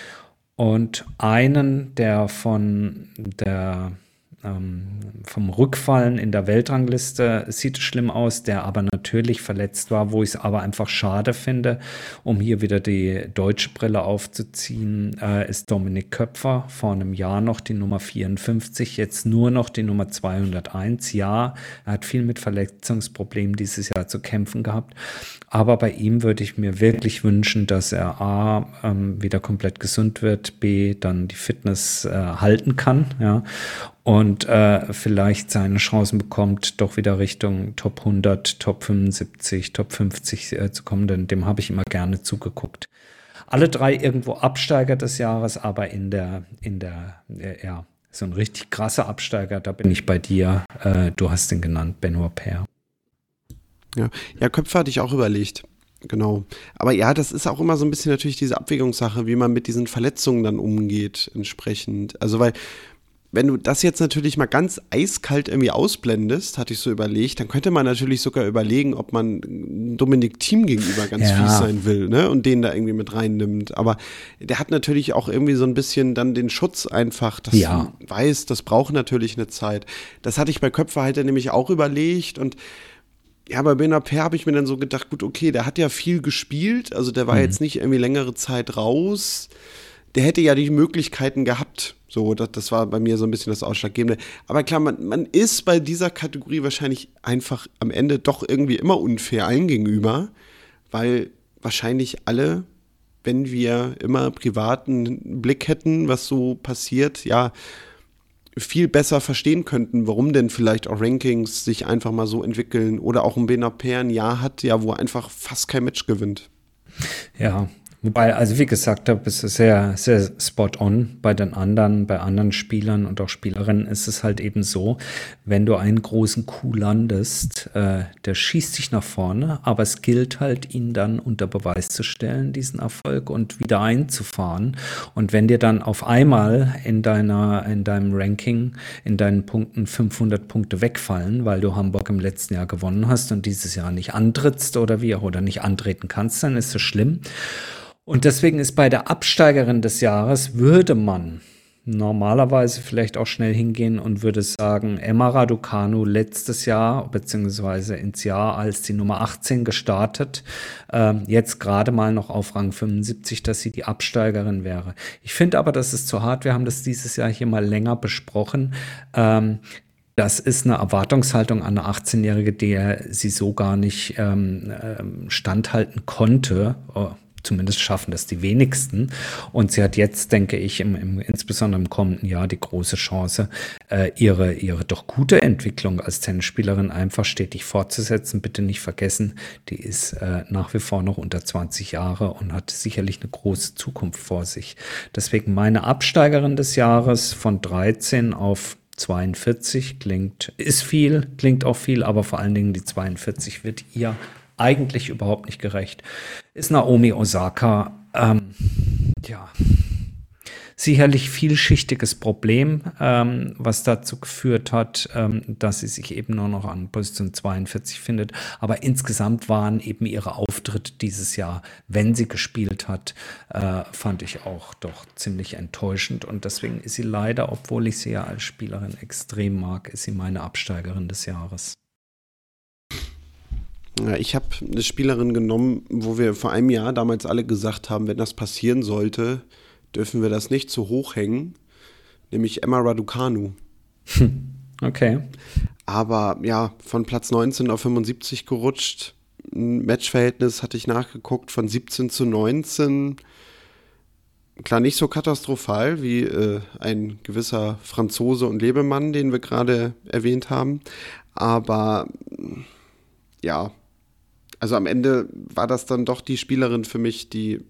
Und einen, der von der ähm, vom Rückfallen in der Weltrangliste sieht schlimm aus, der aber natürlich verletzt war, wo ich es aber einfach schade finde, um hier wieder die deutsche Brille aufzuziehen, äh, ist Dominik Köpfer, vor einem Jahr noch die Nummer vierundfünfzig, jetzt nur noch die Nummer zweihunderteins. Ja, er hat viel mit Verletzungsproblemen dieses Jahr zu kämpfen gehabt, aber bei ihm würde ich mir wirklich wünschen, dass er A, ähm, wieder komplett gesund wird, B, dann die Fitness äh, halten kann, ja, und äh, vielleicht seine Chancen bekommt, doch wieder Richtung Top hundert, Top fünfundsiebzig, Top fünfzig äh, zu kommen, denn dem habe ich immer gerne zugeguckt. Alle drei irgendwo Absteiger des Jahres, aber in der, in der, äh, ja, so ein richtig krasser Absteiger, da bin ich bei dir. Äh, du hast ihn genannt, Benoit Paire. Ja. ja, Köpfer hatte ich auch überlegt. Genau. Aber ja, das ist auch immer so ein bisschen natürlich diese Abwägungssache, wie man mit diesen Verletzungen dann umgeht, entsprechend. Also, weil, wenn du das jetzt natürlich mal ganz eiskalt irgendwie ausblendest, hatte ich so überlegt, dann könnte man natürlich sogar überlegen, ob man Dominik Thiem gegenüber ganz ja. fies sein will, ne, und den da irgendwie mit reinnimmt. Aber der hat natürlich auch irgendwie so ein bisschen dann den Schutz einfach, dass ja. du weißt, das braucht natürlich eine Zeit. Das hatte ich bei Köpfer halt nämlich auch überlegt und ja, bei Benoit Paire habe ich mir dann so gedacht, gut, okay, der hat ja viel gespielt, also der war mhm. jetzt nicht irgendwie längere Zeit raus. Der hätte ja die Möglichkeiten gehabt. So, das, das war bei mir so ein bisschen das Ausschlaggebende. Aber klar, man, man ist bei dieser Kategorie wahrscheinlich einfach am Ende doch irgendwie immer unfair allen gegenüber, weil wahrscheinlich alle, wenn wir immer privaten Blick hätten, was so passiert, ja, viel besser verstehen könnten, warum denn vielleicht auch Rankings sich einfach mal so entwickeln oder auch ein Benoit Paire ein Jahr hat, ja, wo er einfach fast kein Match gewinnt. Ja, wobei, also wie gesagt, da bist du sehr, sehr spot on. Bei den anderen, bei anderen Spielern und auch Spielerinnen ist es halt eben so, wenn du einen großen Coup landest, äh, der schießt sich nach vorne, aber es gilt halt, ihn dann unter Beweis zu stellen, diesen Erfolg, und wieder einzufahren. Und wenn dir dann auf einmal in deiner, in deinem Ranking, in deinen Punkten fünfhundert Punkte wegfallen, weil du Hamburg im letzten Jahr gewonnen hast und dieses Jahr nicht antrittst oder wie auch, oder nicht antreten kannst, dann ist das schlimm. Und deswegen ist bei der Absteigerin des Jahres, würde man normalerweise vielleicht auch schnell hingehen und würde sagen, Emma Raducanu letztes Jahr, beziehungsweise ins Jahr als die Nummer achtzehn gestartet, äh, jetzt gerade mal noch auf Rang fünfundsiebzig, dass sie die Absteigerin wäre. Ich finde aber, das ist zu hart. Wir haben das dieses Jahr hier mal länger besprochen. Ähm, Das ist eine Erwartungshaltung an eine achtzehnjährige, der sie so gar nicht ähm, standhalten konnte. Oh, zumindest schaffen das die wenigsten. Und sie hat jetzt, denke ich, im, im, insbesondere im kommenden Jahr die große Chance, äh, ihre, ihre doch gute Entwicklung als Tennisspielerin einfach stetig fortzusetzen. Bitte nicht vergessen, die ist äh, nach wie vor noch unter zwanzig Jahre und hat sicherlich eine große Zukunft vor sich. Deswegen meine Absteigerin des Jahres von dreizehn auf zweiundvierzig klingt, ist viel, klingt auch viel, aber vor allen Dingen die zweiundvierzig wird ihr eigentlich überhaupt nicht gerecht. Ist Naomi Osaka, ähm, ja, sicherlich vielschichtiges Problem, ähm, was dazu geführt hat, ähm, dass sie sich eben nur noch an Position zweiundvierzig findet. Aber insgesamt waren eben ihre Auftritte dieses Jahr, wenn sie gespielt hat, äh, fand ich auch doch ziemlich enttäuschend. Und deswegen ist sie leider, obwohl ich sie ja als Spielerin extrem mag, ist sie meine Absteigerin des Jahres. Ja, ich habe eine Spielerin genommen, wo wir vor einem Jahr damals alle gesagt haben, wenn das passieren sollte, dürfen wir das nicht zu hoch hängen, nämlich Emma Raducanu. Okay. Aber ja, von Platz neunzehn auf fünfundsiebzig gerutscht. Ein Matchverhältnis hatte ich nachgeguckt von siebzehn zu neunzehn. Klar, nicht so katastrophal wie äh, ein gewisser Franzose und Lebemann, den wir gerade erwähnt haben. Aber ja, also am Ende war das dann doch die Spielerin für mich, die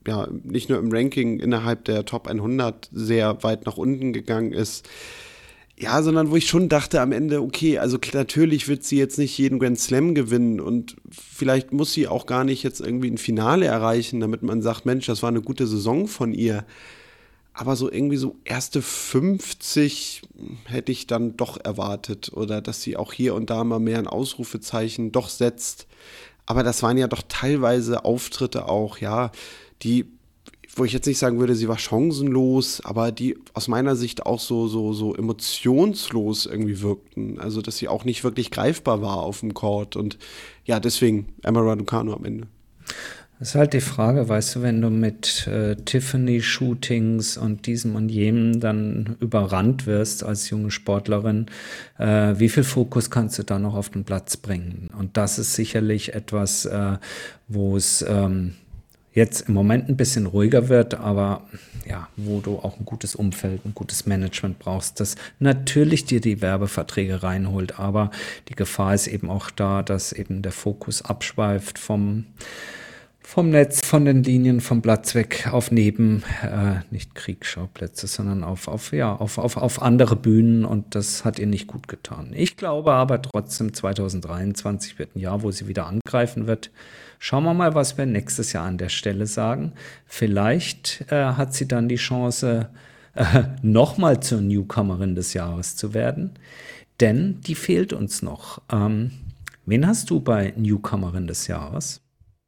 ja nicht nur im Ranking innerhalb der Top hundert sehr weit nach unten gegangen ist. Ja, sondern wo ich schon dachte am Ende, okay, also natürlich wird sie jetzt nicht jeden Grand Slam gewinnen und vielleicht muss sie auch gar nicht jetzt irgendwie ein Finale erreichen, damit man sagt, Mensch, das war eine gute Saison von ihr. Aber so irgendwie so erste fünfzig hätte ich dann doch erwartet oder dass sie auch hier und da mal mehr ein Ausrufezeichen doch setzt. Aber das waren ja doch teilweise Auftritte auch, ja, die, wo ich jetzt nicht sagen würde, sie war chancenlos, aber die aus meiner Sicht auch so, so, so emotionslos irgendwie wirkten. Also, dass sie auch nicht wirklich greifbar war auf dem Court. Und ja, deswegen Emma Raducanu am Ende. Das ist halt die Frage, weißt du, wenn du mit äh, Tiffany-Shootings und diesem und jenem dann überrannt wirst als junge Sportlerin, äh, wie viel Fokus kannst du da noch auf den Platz bringen? Und das ist sicherlich etwas, äh, wo es ähm, jetzt im Moment ein bisschen ruhiger wird, aber ja, wo du auch ein gutes Umfeld, ein gutes Management brauchst, das natürlich dir die Werbeverträge reinholt, aber die Gefahr ist eben auch da, dass eben der Fokus abschweift vom vom Netz, von den Linien, vom Platz weg auf Neben, äh, nicht Kriegsschauplätze, sondern auf, auf, ja, auf, auf, auf andere Bühnen und das hat ihr nicht gut getan. Ich glaube aber trotzdem, zwanzig dreiundzwanzig wird ein Jahr, wo sie wieder angreifen wird. Schauen wir mal, was wir nächstes Jahr an der Stelle sagen. Vielleicht äh, hat sie dann die Chance, äh, nochmal zur Newcomerin des Jahres zu werden, denn die fehlt uns noch. Ähm, wen hast du bei Newcomerin des Jahres?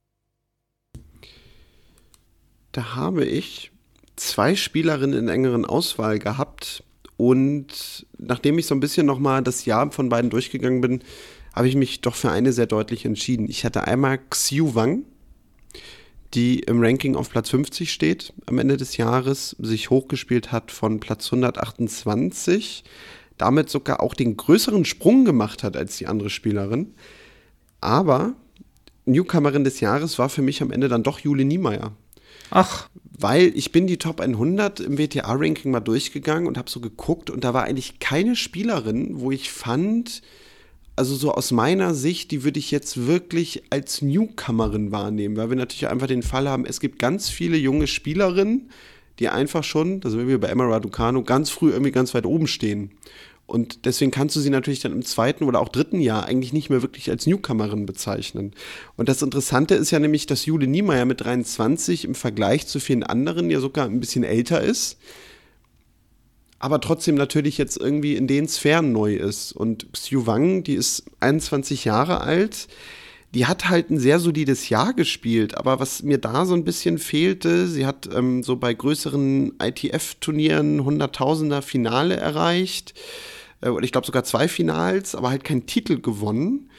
Da habe ich zwei Spielerinnen in engeren Auswahl gehabt und nachdem ich so ein bisschen nochmal das Jahr von beiden durchgegangen bin, habe ich mich doch für eine sehr deutlich entschieden. Ich hatte einmal Xiu Wang, die im Ranking auf Platz fünfzig steht am Ende des Jahres, sich hochgespielt hat von Platz hundertachtundzwanzig, damit sogar auch den größeren Sprung gemacht hat als die andere Spielerin. Aber Newcomerin des Jahres war für mich am Ende dann doch Jule Niemeyer. Ach. Weil ich bin die Top hundert im W T A-Ranking mal durchgegangen und habe so geguckt und da war eigentlich keine Spielerin, wo ich fand, also so aus meiner Sicht, die würde ich jetzt wirklich als Newcomerin wahrnehmen, weil wir natürlich einfach den Fall haben, es gibt ganz viele junge Spielerinnen, die einfach schon, da sind wir bei Emma Raducanu, ganz früh irgendwie ganz weit oben stehen. Und deswegen kannst du sie natürlich dann im zweiten oder auch dritten Jahr eigentlich nicht mehr wirklich als Newcomerin bezeichnen. Und das Interessante ist ja nämlich, dass Jule Niemeyer mit dreiundzwanzig im Vergleich zu vielen anderen ja sogar ein bisschen älter ist, aber trotzdem natürlich jetzt irgendwie in den Sphären neu ist. Und Xiu Wang, die ist einundzwanzig Jahre alt, die hat halt ein sehr solides Jahr gespielt, aber was mir da so ein bisschen fehlte, sie hat ähm, so bei größeren I T F-Turnieren hunderttausender Finale erreicht, und ich glaube sogar zwei Finals, aber halt keinen Titel gewonnen.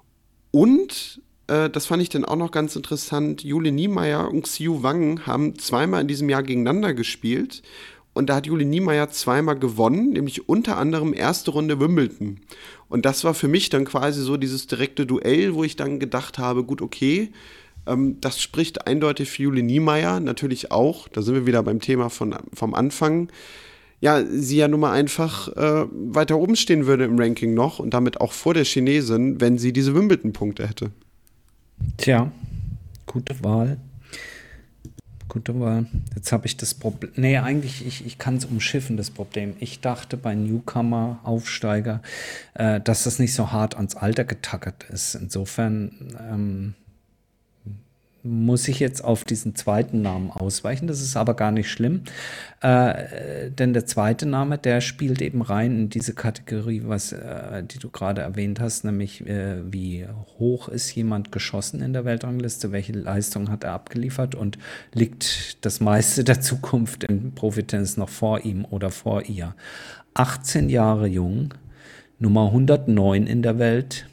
Und, äh, das fand ich dann auch noch ganz interessant, Jule Niemeyer und Xiu Wang haben zweimal in diesem Jahr gegeneinander gespielt. Und da hat Jule Niemeyer zweimal gewonnen, nämlich unter anderem erste Runde Wimbledon. Und das war für mich dann quasi so dieses direkte Duell, wo ich dann gedacht habe, gut, okay, ähm, das spricht eindeutig für Jule Niemeyer, natürlich auch, da sind wir wieder beim Thema von, vom Anfang, ja, sie ja nun mal einfach äh, weiter oben stehen würde im Ranking noch und damit auch vor der Chinesin, wenn sie diese Wimbledon-Punkte hätte. Tja, gute Wahl. Gute Wahl. Jetzt habe ich das Problem. Nee, eigentlich, ich, ich kann es umschiffen, das Problem. Ich dachte bei Newcomer, Aufsteiger, äh, dass das nicht so hart ans Alter getackert ist. Insofern ähm, muss ich jetzt auf diesen zweiten Namen ausweichen. Das ist aber gar nicht schlimm, äh, denn der zweite Name, der spielt eben rein in diese Kategorie, was, äh, die du gerade erwähnt hast, nämlich äh, wie hoch ist jemand geschossen in der Weltrangliste, welche Leistung hat er abgeliefert und liegt das meiste der Zukunft im Profitennis noch vor ihm oder vor ihr. achtzehn Jahre jung, Nummer hundertneun in der Welt,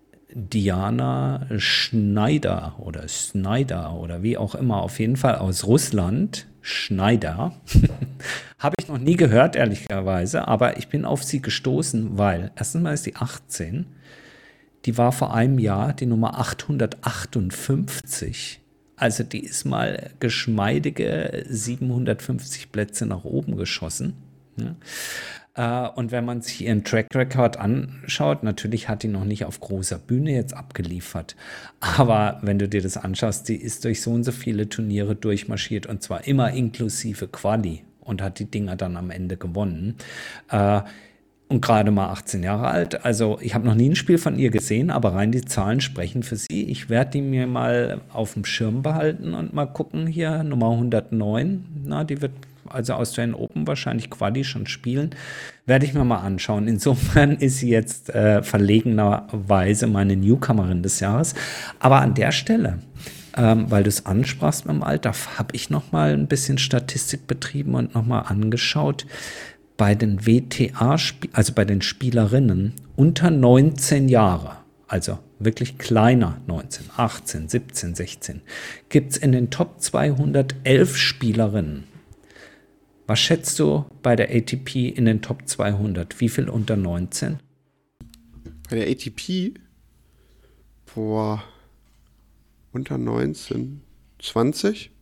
Diana Schneider oder Snyder oder wie auch immer, auf jeden Fall aus Russland. Schneider. Habe ich noch nie gehört, ehrlicherweise, aber ich bin auf sie gestoßen, weil erstens mal ist die achtzehn, die war vor einem Jahr die Nummer achthundertachtundfünfzig. Also die ist mal geschmeidige siebenhundertfünfzig Plätze nach oben geschossen. Ja. Äh, und wenn man sich ihren Track Record anschaut, natürlich hat die noch nicht auf großer Bühne jetzt abgeliefert. Aber wenn du dir das anschaust, die ist durch so und so viele Turniere durchmarschiert und zwar immer inklusive Quali und hat die Dinger dann am Ende gewonnen. Äh, Und gerade mal achtzehn Jahre alt. Also ich habe noch nie ein Spiel von ihr gesehen, aber rein die Zahlen sprechen für sie. Ich werde die mir mal auf dem Schirm behalten und mal gucken hier. Nummer hundertneun, na, die wird also Australian Open wahrscheinlich Quali schon spielen. Werde ich mir mal anschauen. Insofern ist sie jetzt äh, verlegenerweise meine Newcomerin des Jahres. Aber an der Stelle, ähm, weil du es ansprachst mit dem Alter, habe ich noch mal ein bisschen Statistik betrieben und noch mal angeschaut. Bei den W T A, also bei den Spielerinnen unter neunzehn Jahre, also wirklich kleiner neunzehn, achtzehn, siebzehn, sechzehn, gibt es in den Top zweihundertelf Spielerinnen. Was schätzt du bei der A T P in den Top zweihundert? Wie viel unter neunzehn? Bei der A T P? Boah, unter neunzehn, zwanzig?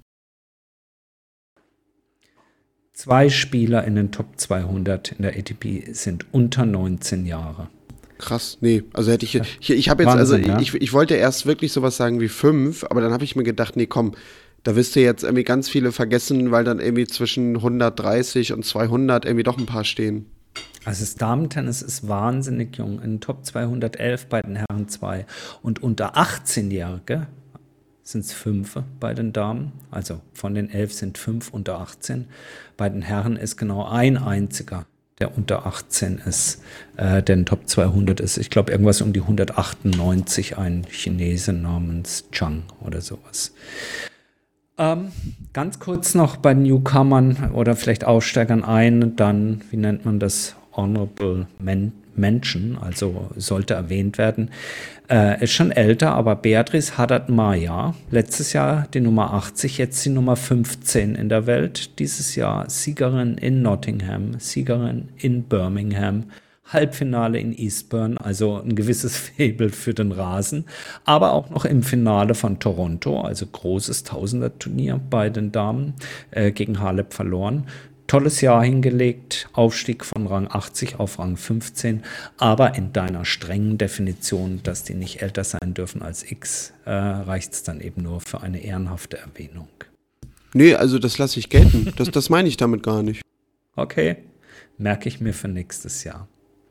Zwei Spieler in den Top zweihundert in der A T P sind unter neunzehn Jahre. Krass, nee, also hätte ich, ich, ich habe jetzt, Wahnsinn, also ich, ich wollte erst wirklich sowas sagen wie fünf, aber dann habe ich mir gedacht, nee, komm, da wirst du jetzt irgendwie ganz viele vergessen, weil dann irgendwie zwischen hundertdreißig und zweihundert irgendwie doch ein paar stehen. Also das Damen-Tennis ist wahnsinnig jung, in den Top zweihundertelf bei den Herren zwei und unter achtzehnjährige sind es fünf bei den Damen, also von den elf sind fünf unter achtzehn. Bei den Herren ist genau ein einziger, der unter achtzehn ist, äh, der in Top zweihundert ist. Ich glaube, irgendwas um die hundertachtundneunzig, ein Chinese namens Chang oder sowas. Ähm, ganz kurz noch bei Newcomern oder vielleicht Aussteigern ein, dann, wie nennt man das, Honorable Men- Mention, also sollte erwähnt werden. Äh, ist schon älter, aber Beatrice Haddad-Maia, letztes Jahr die Nummer achtzig, jetzt die Nummer fünfzehn in der Welt. Dieses Jahr Siegerin in Nottingham, Siegerin in Birmingham, Halbfinale in Eastbourne, also ein gewisses Faible für den Rasen, aber auch noch im Finale von Toronto, also großes Tausender-Turnier bei den Damen, äh, gegen Halep verloren. Tolles Jahr hingelegt, Aufstieg von Rang achtzig auf Rang fünfzehn, aber in deiner strengen Definition, dass die nicht älter sein dürfen als X, äh, reicht es dann eben nur für eine ehrenhafte Erwähnung. Nee, also das lasse ich gelten. Das, das meine ich damit gar nicht. Okay, merke ich mir für nächstes Jahr.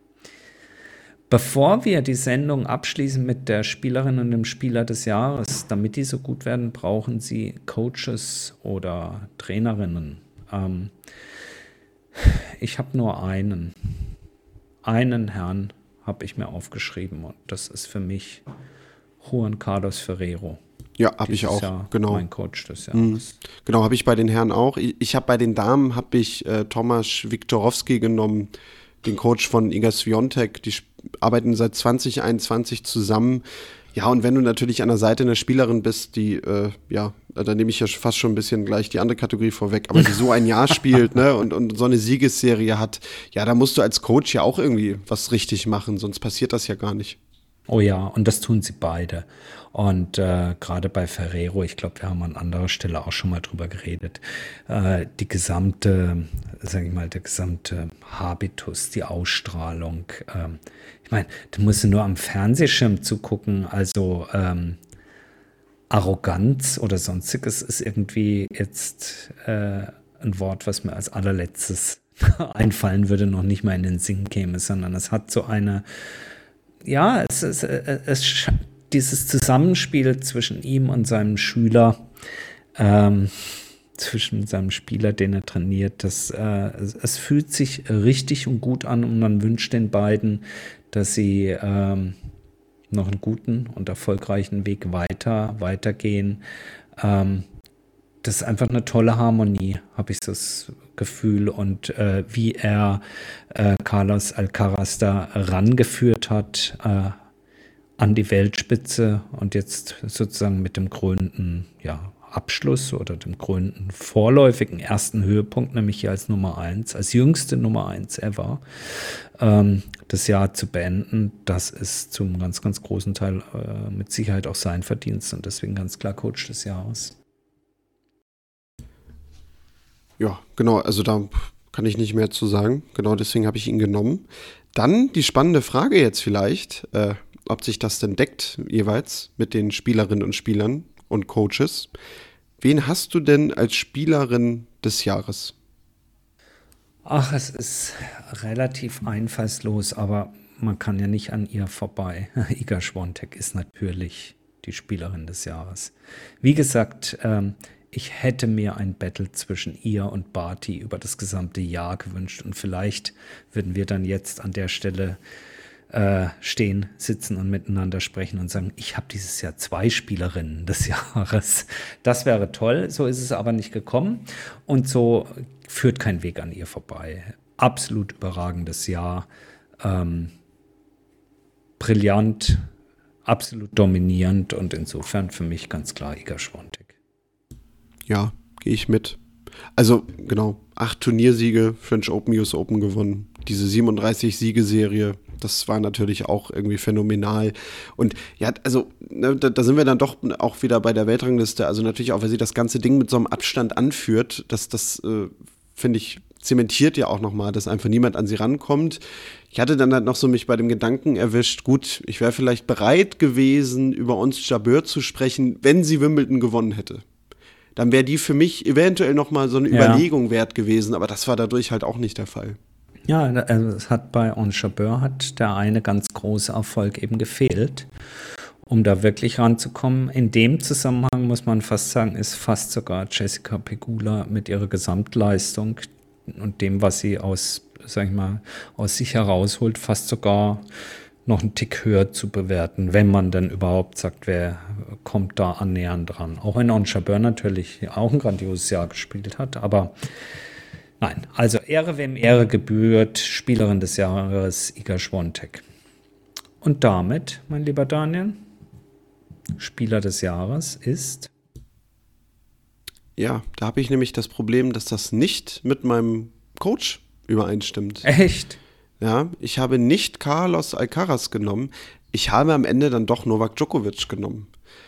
Bevor wir die Sendung abschließen mit der Spielerin und dem Spieler des Jahres, damit die so gut werden, brauchen sie Coaches oder Trainerinnen. Ähm, ich habe nur einen. Einen Herrn habe ich mir aufgeschrieben und das ist für mich Juan Carlos Ferrero. Ja, habe ich auch, Jahr genau. Mein Coach des Jahres. Mhm. Genau, habe ich bei den Herren auch. Ich, ich habe bei den Damen, habe ich äh, Tomasz Wiktorowski genommen, den Coach von Iga Swiatek. Die arbeiten seit zwanzig einundzwanzig zusammen. Ja, und wenn du natürlich an der Seite einer Spielerin bist, die, äh, ja, da nehme ich ja fast schon ein bisschen gleich die andere Kategorie vorweg, aber die so ein Jahr spielt, ne, und, und so eine Siegesserie hat, ja, da musst du als Coach ja auch irgendwie was richtig machen, sonst passiert das ja gar nicht. Oh ja, und das tun sie beide. Und äh, gerade bei Ferrero, ich glaube, wir haben an anderer Stelle auch schon mal drüber geredet, äh, die gesamte, sage ich mal, der gesamte Habitus, die Ausstrahlung. Ähm, ich meine, du musst nur am Fernsehschirm zugucken, also ähm, Arroganz oder sonstiges ist irgendwie jetzt äh, ein Wort, was mir als allerletztes einfallen würde, noch nicht mal in den Sinn käme, sondern es hat so eine, ja, es ist, es, dieses Zusammenspiel zwischen ihm und seinem Schüler, ähm, zwischen seinem Spieler, den er trainiert, das, äh, es, es fühlt sich richtig und gut an und man wünscht den beiden, dass sie ähm, noch einen guten und erfolgreichen Weg weiter, weitergehen. Ähm, das ist einfach eine tolle Harmonie, habe ich so das Gefühl. Und äh, wie er äh, Carlos Alcaraz da rangeführt hat äh, an die Weltspitze und jetzt sozusagen mit dem krönenden ja, Abschluss oder dem krönenden vorläufigen ersten Höhepunkt, nämlich hier als Nummer eins, als jüngste Nummer eins ever, ähm, das Jahr zu beenden, das ist zum ganz, ganz großen Teil äh, mit Sicherheit auch sein Verdienst und deswegen ganz klar Coach des Jahres. Ja, genau, also da kann ich nicht mehr zu sagen. Genau deswegen habe ich ihn genommen. Dann die spannende Frage jetzt vielleicht, äh, ob sich das denn deckt jeweils mit den Spielerinnen und Spielern und Coaches. Wen hast du denn als Spielerin des Jahres? Ach, es ist relativ einfallslos, aber man kann ja nicht an ihr vorbei. Iga Swiatek ist natürlich die Spielerin des Jahres. Wie gesagt, ähm, ich hätte mir ein Battle zwischen ihr und Barty über das gesamte Jahr gewünscht und vielleicht würden wir dann jetzt an der Stelle äh, stehen, sitzen und miteinander sprechen und sagen, ich habe dieses Jahr zwei Spielerinnen des Jahres. Das wäre toll, so ist es aber nicht gekommen und so führt kein Weg an ihr vorbei. Absolut überragendes Jahr, ähm, brillant, absolut dominierend und insofern für mich ganz klar Iga Swiatek. Ja, gehe ich mit. Also genau, acht Turniersiege, French Open, U S Open gewonnen. Diese siebenunddreißig-Siegeserie, das war natürlich auch irgendwie phänomenal. Und ja, also ne, da, da sind wir dann doch auch wieder bei der Weltrangliste. Also natürlich auch, weil sie das ganze Ding mit so einem Abstand anführt, das, das äh, finde ich, zementiert ja auch nochmal, dass einfach niemand an sie rankommt. Ich hatte dann halt noch so mich bei dem Gedanken erwischt, gut, ich wäre vielleicht bereit gewesen, über Ons Jabeur zu sprechen, wenn sie Wimbledon gewonnen hätte. Dann wäre die für mich eventuell nochmal so eine ja. Überlegung wert gewesen, aber das war dadurch halt auch nicht der Fall. Ja, also es hat bei Ons Jabeur hat der eine ganz große Erfolg eben gefehlt, um da wirklich ranzukommen. In dem Zusammenhang muss man fast sagen, ist fast sogar Jessica Pegula mit ihrer Gesamtleistung und dem, was sie aus, sag ich mal, aus sich herausholt, fast sogar noch einen Tick höher zu bewerten, wenn man dann überhaupt sagt, wer kommt da annähernd dran. Auch wenn Ons Jabeur natürlich auch ein grandioses Jahr gespielt hat, aber nein, also Ehre wem Ehre gebührt, Spielerin des Jahres Iga Swiatek. Und damit, mein lieber Daniel, Spieler des Jahres ist? Ja, da habe ich nämlich das Problem, dass das nicht mit meinem Coach übereinstimmt. Echt? Ja, ich habe nicht Carlos Alcaraz genommen. Ich habe am Ende dann doch Novak Djokovic genommen.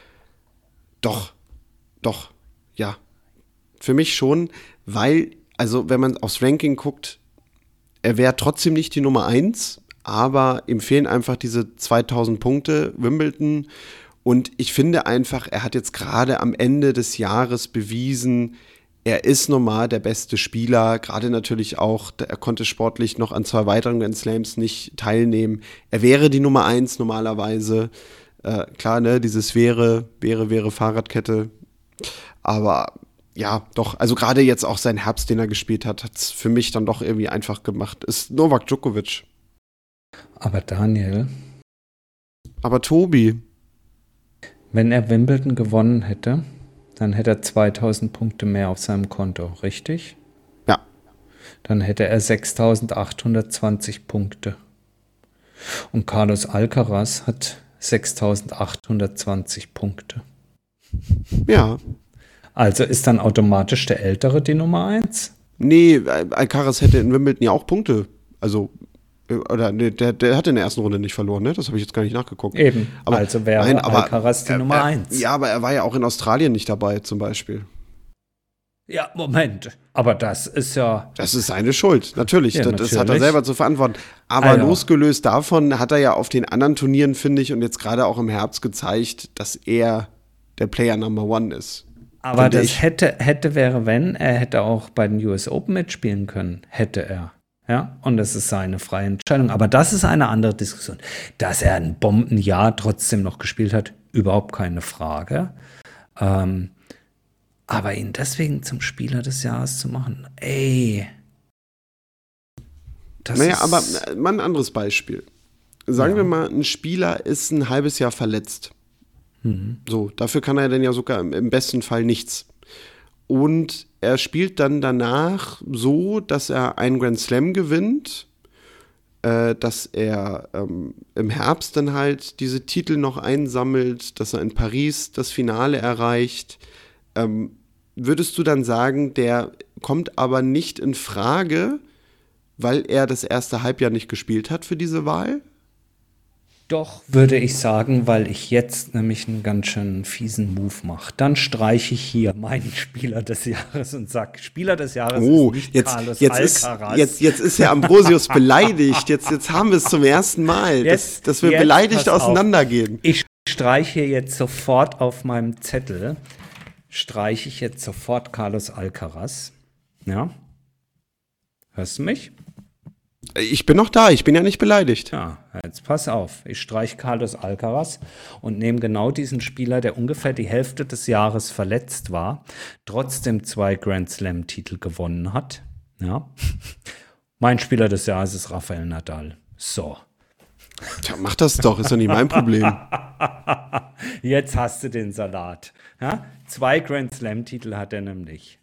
Doch, doch, ja. Für mich schon, weil, also wenn man aufs Ranking guckt, er wäre trotzdem nicht die Nummer eins, aber ihm fehlen einfach diese zweitausend Punkte, Wimbledon. Und ich finde einfach, er hat jetzt gerade am Ende des Jahres bewiesen, er ist normal der beste Spieler, gerade natürlich auch, er konnte sportlich noch an zwei weiteren Grand Slams nicht teilnehmen. Er wäre die Nummer eins normalerweise. Äh, klar, ne, dieses wäre, wäre, wäre Fahrradkette. Aber ja, doch, also gerade jetzt auch sein Herbst, den er gespielt hat, hat es für mich dann doch irgendwie einfach gemacht. Ist Novak Djokovic. Aber Daniel. Aber Tobi. Wenn er Wimbledon gewonnen hätte, dann hätte er zweitausend Punkte mehr auf seinem Konto, richtig? Ja. Dann hätte er sechstausendachthundertzwanzig Punkte. Und Carlos Alcaraz hat sechstausendachthundertzwanzig Punkte. Ja. Also ist dann automatisch der Ältere die Nummer eins? Nee, Alcaraz hätte in Wimbledon ja auch Punkte. Also, oder nee, der, der hat in der ersten Runde nicht verloren, ne? Das habe ich jetzt gar nicht nachgeguckt. Eben, aber, also wäre nein, aber, Alcaraz die er, Nummer er, eins. Ja, aber er war ja auch in Australien nicht dabei, zum Beispiel. Ja, Moment. Aber das ist ja... Das ist seine Schuld, natürlich. Ja, das, natürlich. das hat er selber zu verantworten. Aber Also. losgelöst davon hat er ja auf den anderen Turnieren, finde ich, und jetzt gerade auch im Herbst gezeigt, dass er der Player Number One ist. Aber das ich. hätte, hätte wäre, wenn, er hätte auch bei den U S Open mitspielen können. Hätte er. Ja, und das ist seine freie Entscheidung. Aber das ist eine andere Diskussion. Dass er ein Bombenjahr trotzdem noch gespielt hat, überhaupt keine Frage. Ähm, aber ihn deswegen zum Spieler des Jahres zu machen, ey. Das naja, ist, aber mal ein anderes Beispiel. Sagen Ja. wir mal, ein Spieler ist ein halbes Jahr verletzt. Mhm. So, dafür kann er dann ja sogar im, im besten Fall nichts. Und er spielt dann danach so, dass er einen Grand Slam gewinnt, äh, dass er ähm, im Herbst dann halt diese Titel noch einsammelt, dass er in Paris das Finale erreicht. Ähm, würdest du dann sagen, der kommt aber nicht in Frage, weil er das erste Halbjahr nicht gespielt hat für diese Wahl? Doch, würde ich sagen, weil ich jetzt nämlich einen ganz schön fiesen Move mache. Dann streiche ich hier meinen Spieler des Jahres und sage, Spieler des Jahres oh, ist nicht jetzt, Carlos jetzt Alcaraz. Ist, jetzt, jetzt ist Herr Ambrosius beleidigt. Jetzt, jetzt haben wir es zum ersten Mal, Jetzt, dass, dass wir jetzt, beleidigt pass auf. auseinandergehen. Ich streiche jetzt sofort auf meinem Zettel, streiche ich jetzt sofort Carlos Alcaraz. Ja? Hörst du mich? Ich bin noch da, ich bin ja nicht beleidigt. Ja, jetzt pass auf. Ich streiche Carlos Alcaraz und nehme genau diesen Spieler, der ungefähr die Hälfte des Jahres verletzt war, trotzdem zwei Grand Slam-Titel gewonnen hat. Ja. Mein Spieler des Jahres ist Rafael Nadal. So. Tja, mach das doch, ist doch nicht mein Problem. Jetzt hast du den Salat. Ja? Zwei Grand Slam-Titel hat er nämlich.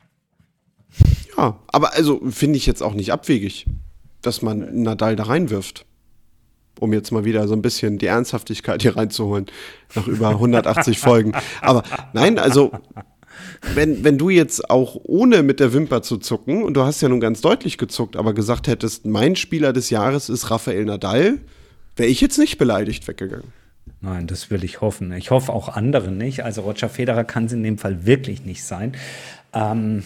Ja, aber also finde ich jetzt auch nicht abwegig, dass man Nadal da reinwirft. Um jetzt mal wieder so ein bisschen die Ernsthaftigkeit hier reinzuholen, nach über hundertachtzig Folgen. Aber nein, also wenn, wenn du jetzt auch ohne mit der Wimper zu zucken, und du hast ja nun ganz deutlich gezuckt, aber gesagt hättest, mein Spieler des Jahres ist Rafael Nadal, wäre ich jetzt nicht beleidigt weggegangen. Nein, das will ich hoffen. Ich hoffe auch andere nicht. Also Roger Federer kann es in dem Fall wirklich nicht sein. Ähm,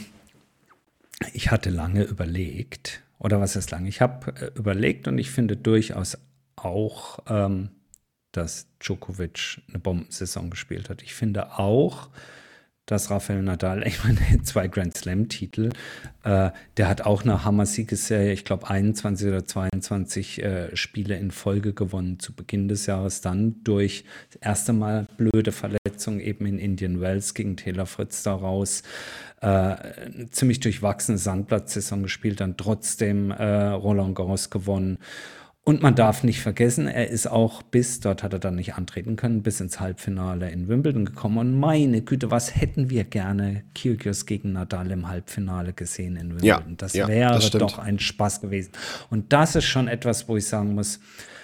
ich hatte lange überlegt, oder was ist lange? Ich habe äh, überlegt und ich finde durchaus auch, ähm, dass Djokovic eine Bombensaison gespielt hat. Ich finde auch, dass Rafael Nadal, ich meine, zwei Grand Slam-Titel, äh, der hat auch eine Hammer-Siegesserie, ich glaube einundzwanzig oder zweiundzwanzig äh, Spiele in Folge gewonnen zu Beginn des Jahres, dann durch das erste Mal blöde Verletzung eben in Indian Wells gegen Taylor Fritz daraus, äh, eine ziemlich durchwachsene Sandplatzsaison gespielt, dann trotzdem äh, Roland Garros gewonnen. Und man darf nicht vergessen, er ist auch bis, dort hat er dann nicht antreten können, bis ins Halbfinale in Wimbledon gekommen. Und meine Güte, was hätten wir gerne Kyrgios gegen Nadal im Halbfinale gesehen in Wimbledon. Ja, das ja, wäre das doch ein Spaß gewesen. Und das ist schon etwas, wo ich sagen muss,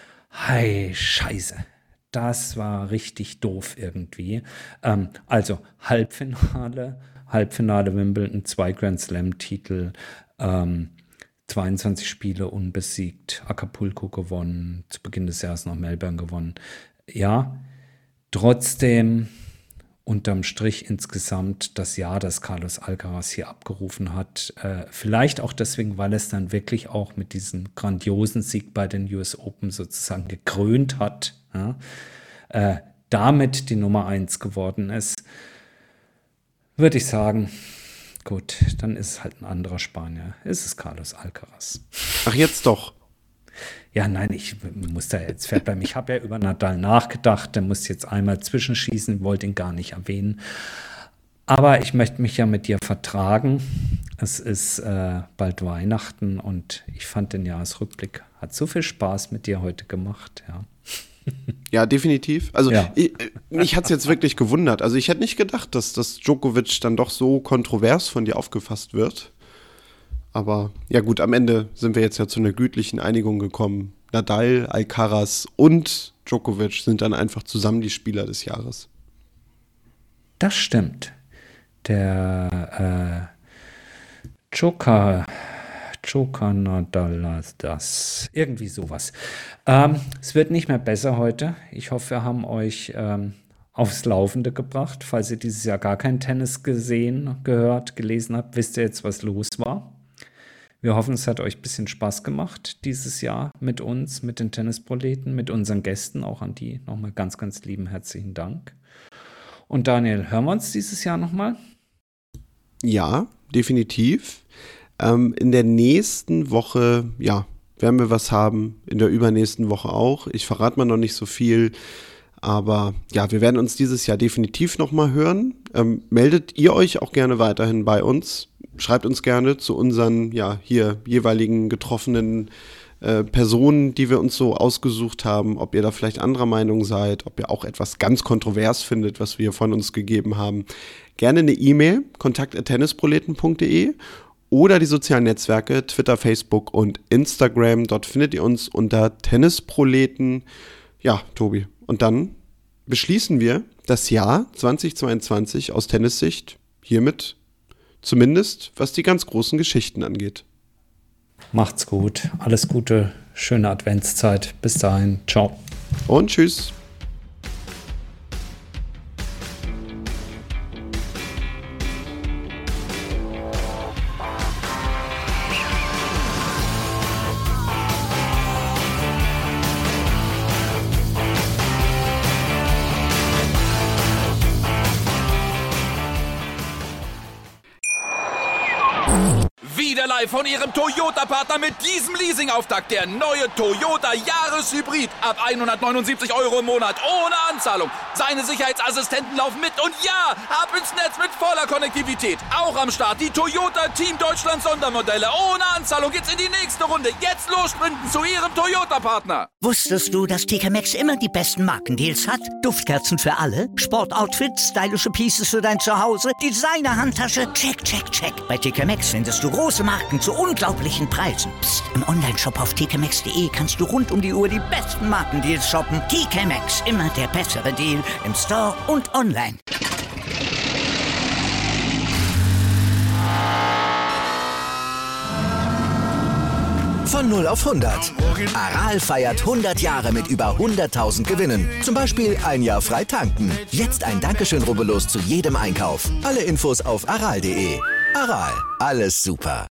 hey, scheiße, das war richtig doof irgendwie. Ähm, also Halbfinale, Halbfinale Wimbledon, zwei Grand Slam-Titel, ähm, zweiundzwanzig Spiele unbesiegt, Acapulco gewonnen, zu Beginn des Jahres noch Melbourne gewonnen. Ja, trotzdem unterm Strich insgesamt das Jahr, das Carlos Alcaraz hier abgerufen hat. Äh, vielleicht auch deswegen, weil es dann wirklich auch mit diesem grandiosen Sieg bei den U S Open sozusagen gekrönt hat. Ja? Äh, damit die Nummer eins geworden ist, würde ich sagen, gut, dann ist es halt ein anderer Spanier. Es ist Carlos Alcaraz. Ach, jetzt doch. Ja, nein, ich muss da jetzt fair bleiben. Ich habe ja über Nadal nachgedacht. Der muss jetzt einmal zwischenschießen, wollte ihn gar nicht erwähnen. Aber ich möchte mich ja mit dir vertragen. Es ist äh, bald Weihnachten und ich fand den Jahresrückblick hat so viel Spaß mit dir heute gemacht, ja. Ja, definitiv. Also Ja. ich, mich hat es jetzt wirklich gewundert. Also ich hätte nicht gedacht, dass das Djokovic dann doch so kontrovers von dir aufgefasst wird. Aber ja gut, am Ende sind wir jetzt ja zu einer gütlichen Einigung gekommen. Nadal, Alcaraz und Djokovic sind dann einfach zusammen die Spieler des Jahres. Das stimmt. Der äh, Joker, Joker Nadal, das, irgendwie sowas. Ähm, es wird nicht mehr besser heute. Ich hoffe, wir haben euch ähm, aufs Laufende gebracht. Falls ihr dieses Jahr gar kein Tennis gesehen, gehört, gelesen habt, wisst ihr jetzt, was los war. Wir hoffen, es hat euch ein bisschen Spaß gemacht dieses Jahr mit uns, mit den Tennisproleten, mit unseren Gästen. Auch an die nochmal ganz, ganz lieben herzlichen Dank. Und Daniel, hören wir uns dieses Jahr nochmal? Ja, definitiv. Ähm, in der nächsten Woche, ja, werden wir was haben. In der übernächsten Woche auch. Ich verrate mal noch nicht so viel. Aber ja, wir werden uns dieses Jahr definitiv nochmal hören. Ähm, meldet ihr euch auch gerne weiterhin bei uns. Schreibt uns gerne zu unseren, ja, hier jeweiligen getroffenen äh, Personen, die wir uns so ausgesucht haben, ob ihr da vielleicht anderer Meinung seid, ob ihr auch etwas ganz kontrovers findet, was wir von uns gegeben haben. Gerne eine E-Mail, kontakt at tennisproleten punkt de oder die sozialen Netzwerke, Twitter, Facebook und Instagram. Dort findet ihr uns unter Tennisproleten. Ja, Tobi. Und dann beschließen wir das Jahr zweitausendzweiundzwanzig aus Tennissicht hiermit, zumindest was die ganz großen Geschichten angeht. Macht's gut. Alles Gute. Schöne Adventszeit. Bis dahin. Ciao. Und tschüss. Wieder live von Ihrem Toyota-Partner mit diesem Leasing-Auftakt. Der neue Toyota Jahreshybrid. Ab hundertneunundsiebzig Euro im Monat. Ohne Anzahlung. Seine Sicherheitsassistenten laufen mit. Und ja, ab ins Netz mit voller Konnektivität. Auch am Start die Toyota Team Deutschland Sondermodelle. Ohne Anzahlung geht's in die nächste Runde. Jetzt los sprinten zu Ihrem Toyota-Partner. Wusstest du, dass T K Maxx immer die besten Markendeals hat? Duftkerzen für alle, Sportoutfits, stylische Pieces für dein Zuhause, Designer-Handtasche, check, check, check. Bei T K Maxx findest du große Marken zu unglaublichen Preisen. Psst. Im Onlineshop auf t k maxx punkt de kannst du rund um die Uhr die besten Markendeals shoppen. T K Maxx, immer der bessere Deal im Store und online. Von null auf hundert. Aral feiert hundert Jahre mit über hunderttausend Gewinnen. Zum Beispiel ein Jahr frei tanken. Jetzt ein Dankeschön, rubbellos zu jedem Einkauf. Alle Infos auf aral punkt de. Aral, alles super.